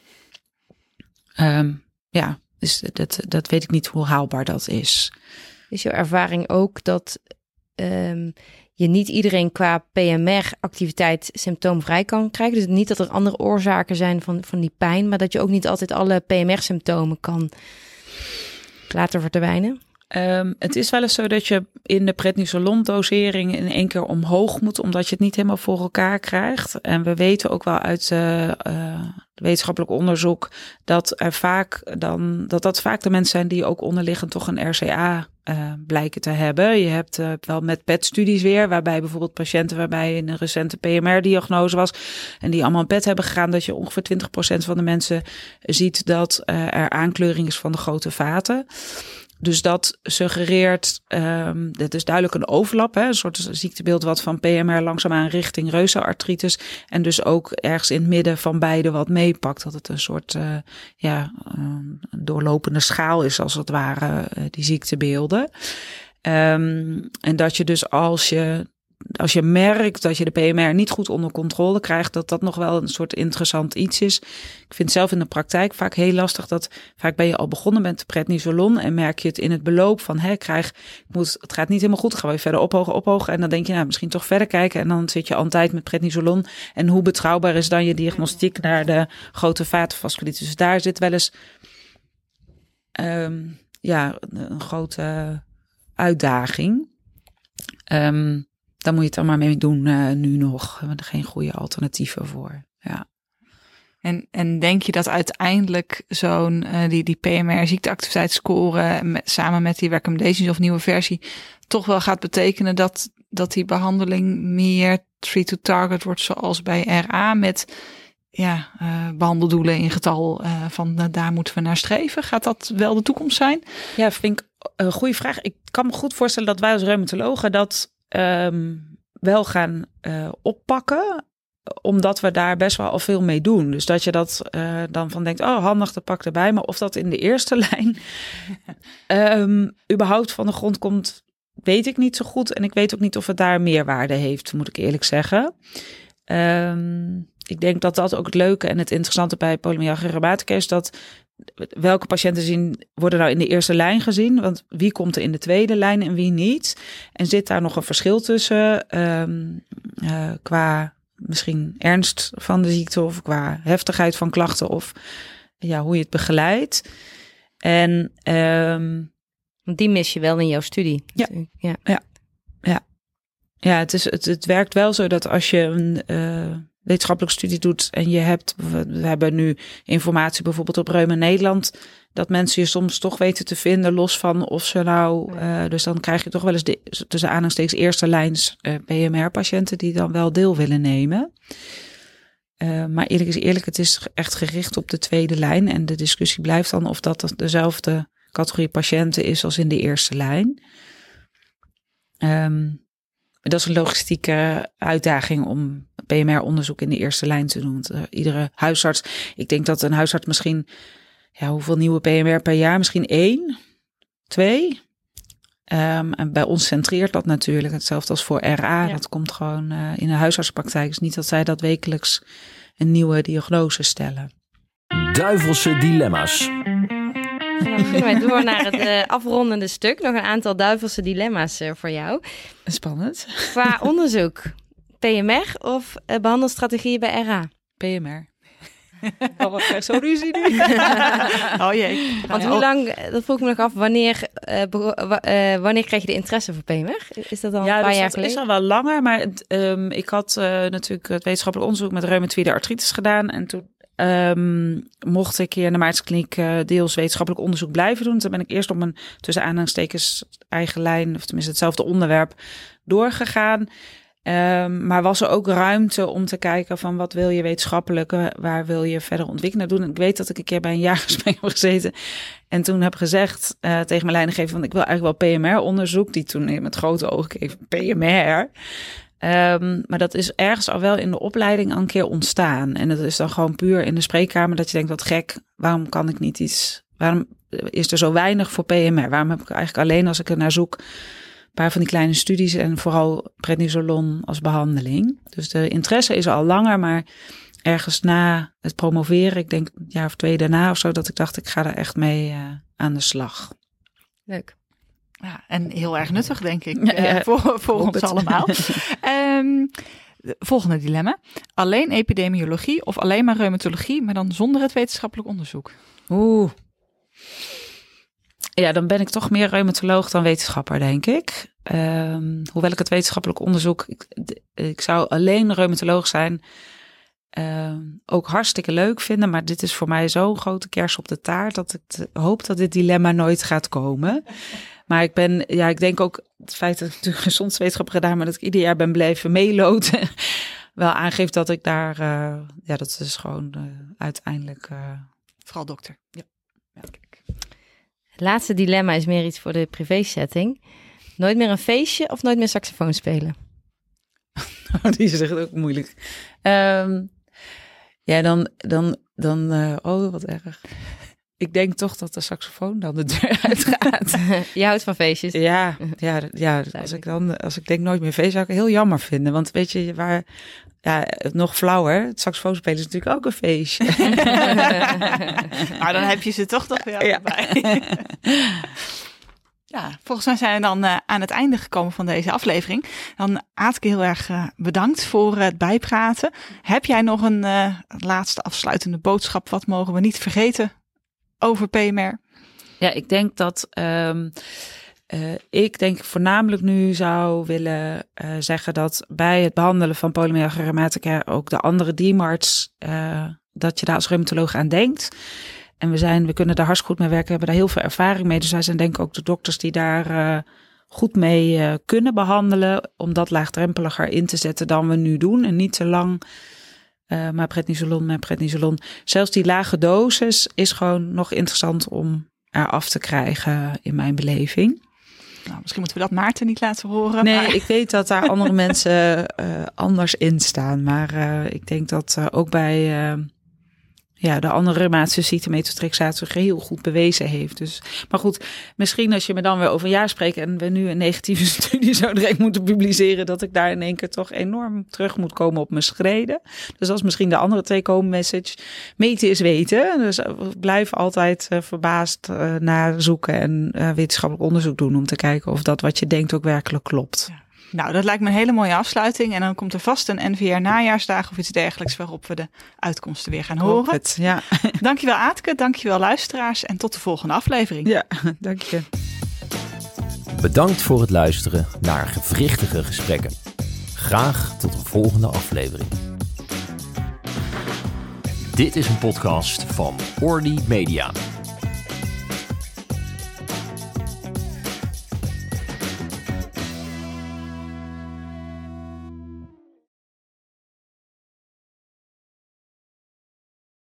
Dus dat weet ik niet hoe haalbaar dat is. Is jouw ervaring ook dat je niet iedereen qua PMR-activiteit symptoomvrij kan krijgen? Dus niet dat er andere oorzaken zijn van die pijn, maar dat je ook niet altijd alle PMR-symptomen kan laten verdwijnen? Het is wel eens zo dat je in de prednisolon-dosering in één keer omhoog moet, omdat je het niet helemaal voor elkaar krijgt. En we weten ook wel uit wetenschappelijk onderzoek dat er vaak dat vaak de mensen zijn die ook onderliggend toch een RCA blijken te hebben. Je hebt wel met PET-studies weer, waarbij bijvoorbeeld patiënten waarbij een recente PMR-diagnose was en die allemaal een PET hebben gegaan, dat je ongeveer 20% van de mensen ziet dat er aankleuring is van de grote vaten. Dus dat suggereert, dat is duidelijk een overlap, een soort ziektebeeld wat van PMR langzaamaan richting reuzenartritis en dus ook ergens in het midden van beide wat meepakt. Dat het een soort doorlopende schaal is als het ware, die ziektebeelden. En dat je dus als je merkt dat je de PMR niet goed onder controle krijgt, dat nog wel een soort interessant iets is. Ik vind zelf in de praktijk vaak heel lastig dat vaak ben je al begonnen met prednisolon en merk je het in het beloop van het gaat niet helemaal goed, gaan we verder ophogen en dan denk je misschien toch verder kijken en dan zit je altijd met prednisolon. En hoe betrouwbaar is dan je diagnostiek naar de grote vatenvasculitis? Dus daar zit wel eens een grote uitdaging. Daar moet je het dan maar mee doen nu nog. We hebben er geen goede alternatieven voor. Ja. En denk je dat uiteindelijk zo'n die PMR-ziekteactiviteitsscore samen met die recommendations of nieuwe versie toch wel gaat betekenen dat die behandeling meer treat to target wordt zoals bij RA met behandeldoelen in getal van daar moeten we naar streven? Gaat dat wel de toekomst zijn? Ja, vind ik een goede vraag. Ik kan me goed voorstellen dat wij als reumatologen dat wel gaan oppakken, omdat we daar best wel al veel mee doen. Dus dat je dat dan van denkt, handig, dat pak erbij. Maar of dat in de eerste lijn überhaupt van de grond komt, weet ik niet zo goed. En ik weet ook niet of het daar meerwaarde heeft, moet ik eerlijk zeggen. Ik denk dat dat ook het leuke en het interessante bij polymyalgia rheumatica is, dat welke patiënten worden nou in de eerste lijn gezien? Want wie komt er in de tweede lijn en wie niet? En zit daar nog een verschil tussen qua misschien ernst van de ziekte of qua heftigheid van klachten of hoe je het begeleidt? En die mis je wel in jouw studie. Ja, het werkt wel zo dat als je een wetenschappelijke studie doet en we hebben nu informatie bijvoorbeeld op Reuma Nederland, dat mensen je soms toch weten te vinden, los van of ze nou, dus dan krijg je toch wel eens tussen aanhalingstekens eerste lijns PMR-patiënten die dan wel deel willen nemen. Maar eerlijk is eerlijk, het is echt gericht op de tweede lijn en de discussie blijft dan of dat dezelfde categorie patiënten is als in de eerste lijn. Dat is een logistieke uitdaging om PMR-onderzoek in de eerste lijn te doen. Want iedere huisarts, ik denk dat een huisarts misschien, hoeveel nieuwe PMR per jaar? Misschien 1, 2. En bij ons centreert dat natuurlijk. Hetzelfde als voor RA. Ja. Dat komt gewoon in de huisartspraktijk. Dus niet dat zij dat wekelijks een nieuwe diagnose stellen. Duivelse dilemma's. En dan gaan wij door naar het afrondende stuk. Nog een aantal duivelse dilemma's voor jou. Spannend. Qua onderzoek. PMR of behandelstrategieën bij RA? PMR. Zo ruzie nu. Oh jee. Want hoe lang, dat vroeg ik me nog af, wanneer kreeg je de interesse voor PMR? Is dat al een paar jaar geleden? Ja, dat is al wel langer. Maar ik had natuurlijk het wetenschappelijk onderzoek met reumatoïde artritis gedaan. En toen mocht ik hier in de Maartenskliniek deels wetenschappelijk onderzoek blijven doen. Toen ben ik eerst op mijn tussen aanhalingstekens eigen lijn, of tenminste hetzelfde onderwerp, doorgegaan. Maar was er ook ruimte om te kijken van wat wil je wetenschappelijk, waar wil je verder ontwikkelen doen. En ik weet dat ik een keer bij een jaargesprek heb gezeten en toen heb gezegd tegen mijn leidinggever van ik wil eigenlijk wel PMR-onderzoek, die toen met grote ogen keek, PMR. Maar dat is ergens al wel in de opleiding al een keer ontstaan. En dat is dan gewoon puur in de spreekkamer dat je denkt wat gek, waarom kan ik niet iets waarom is er zo weinig voor PMR? Waarom heb ik eigenlijk alleen, als ik er naar zoek, een paar van die kleine studies en vooral prednisolon als behandeling. Dus de interesse is al langer, maar ergens na het promoveren, ik denk een jaar of 2 daarna of zo, dat ik dacht, ik ga daar echt mee aan de slag. Leuk. Ja, en heel erg nuttig, denk ik, voor ons allemaal. Volgende dilemma. Alleen epidemiologie of alleen maar reumatologie, maar dan zonder het wetenschappelijk onderzoek? Ja, dan ben ik toch meer reumatoloog dan wetenschapper, denk ik. Hoewel ik het wetenschappelijk onderzoek, ik zou alleen reumatoloog zijn, ook hartstikke leuk vinden. Maar dit is voor mij zo'n grote kers op de taart dat ik hoop dat dit dilemma nooit gaat komen. Maar ik denk ook het feit dat ik natuurlijk gezondheidswetenschap heb gedaan, maar dat ik ieder jaar ben blijven meeloten, wel aangeeft dat ik daar, dat is gewoon uiteindelijk. Vooral dokter. Ja. Het laatste dilemma is meer iets voor de privé-setting. Nooit meer een feestje of nooit meer saxofoon spelen? Die is echt ook moeilijk. Wat erg. Ik denk toch dat de saxofoon dan de deur uitgaat. Je houdt van feestjes? Ja. Als ik denk nooit meer feest, zou ik het heel jammer vinden. Want weet je, nog flauwer, het saxofoonspelen is natuurlijk ook een feestje. Maar dan heb je ze toch nog weer bij. Ja, volgens mij zijn we dan aan het einde gekomen van deze aflevering. Dan Aatke, heel erg bedankt voor het bijpraten. Heb jij nog een laatste afsluitende boodschap? Wat mogen we niet vergeten over PMR? Ja, ik denk dat ik voornamelijk nu zou willen zeggen dat bij het behandelen van polymyalgia rheumatica ook de andere DMARDs, dat je daar als reumatoloog aan denkt. En we kunnen daar hartstikke goed mee werken, we hebben daar heel veel ervaring mee. Dus wij zijn denk ik ook de dokters die daar goed mee kunnen behandelen, om dat laagdrempeliger in te zetten dan we nu doen. En niet te lang maar prednisolon. Zelfs die lage dosis is gewoon nog interessant om eraf te krijgen in mijn beleving. Nou, misschien moeten we dat Maarten niet laten horen. Nee, maar... ik weet dat daar andere mensen anders in staan. Maar ik denk dat ook bij de andere reumatische ziekte metotrexaat zich heel goed bewezen heeft. Dus, maar goed, misschien als je me dan weer over een jaar spreekt en we nu een negatieve studie zo direct moeten publiceren, dat ik daar in één keer toch enorm terug moet komen op mijn schreden. Dus dat is misschien de andere take-home message. Meten is weten. Dus blijf altijd verbaasd naar zoeken en wetenschappelijk onderzoek doen om te kijken of dat wat je denkt ook werkelijk klopt. Ja. Nou, dat lijkt me een hele mooie afsluiting. En dan komt er vast een NVR-najaarsdag of iets dergelijks waarop we de uitkomsten weer gaan horen. Het, ja. Dankjewel Aatke, dankjewel luisteraars en tot de volgende aflevering. Ja, dank je. Bedankt voor het luisteren naar gewrichtige gesprekken. Graag tot een volgende aflevering. Dit is een podcast van Ordi Media.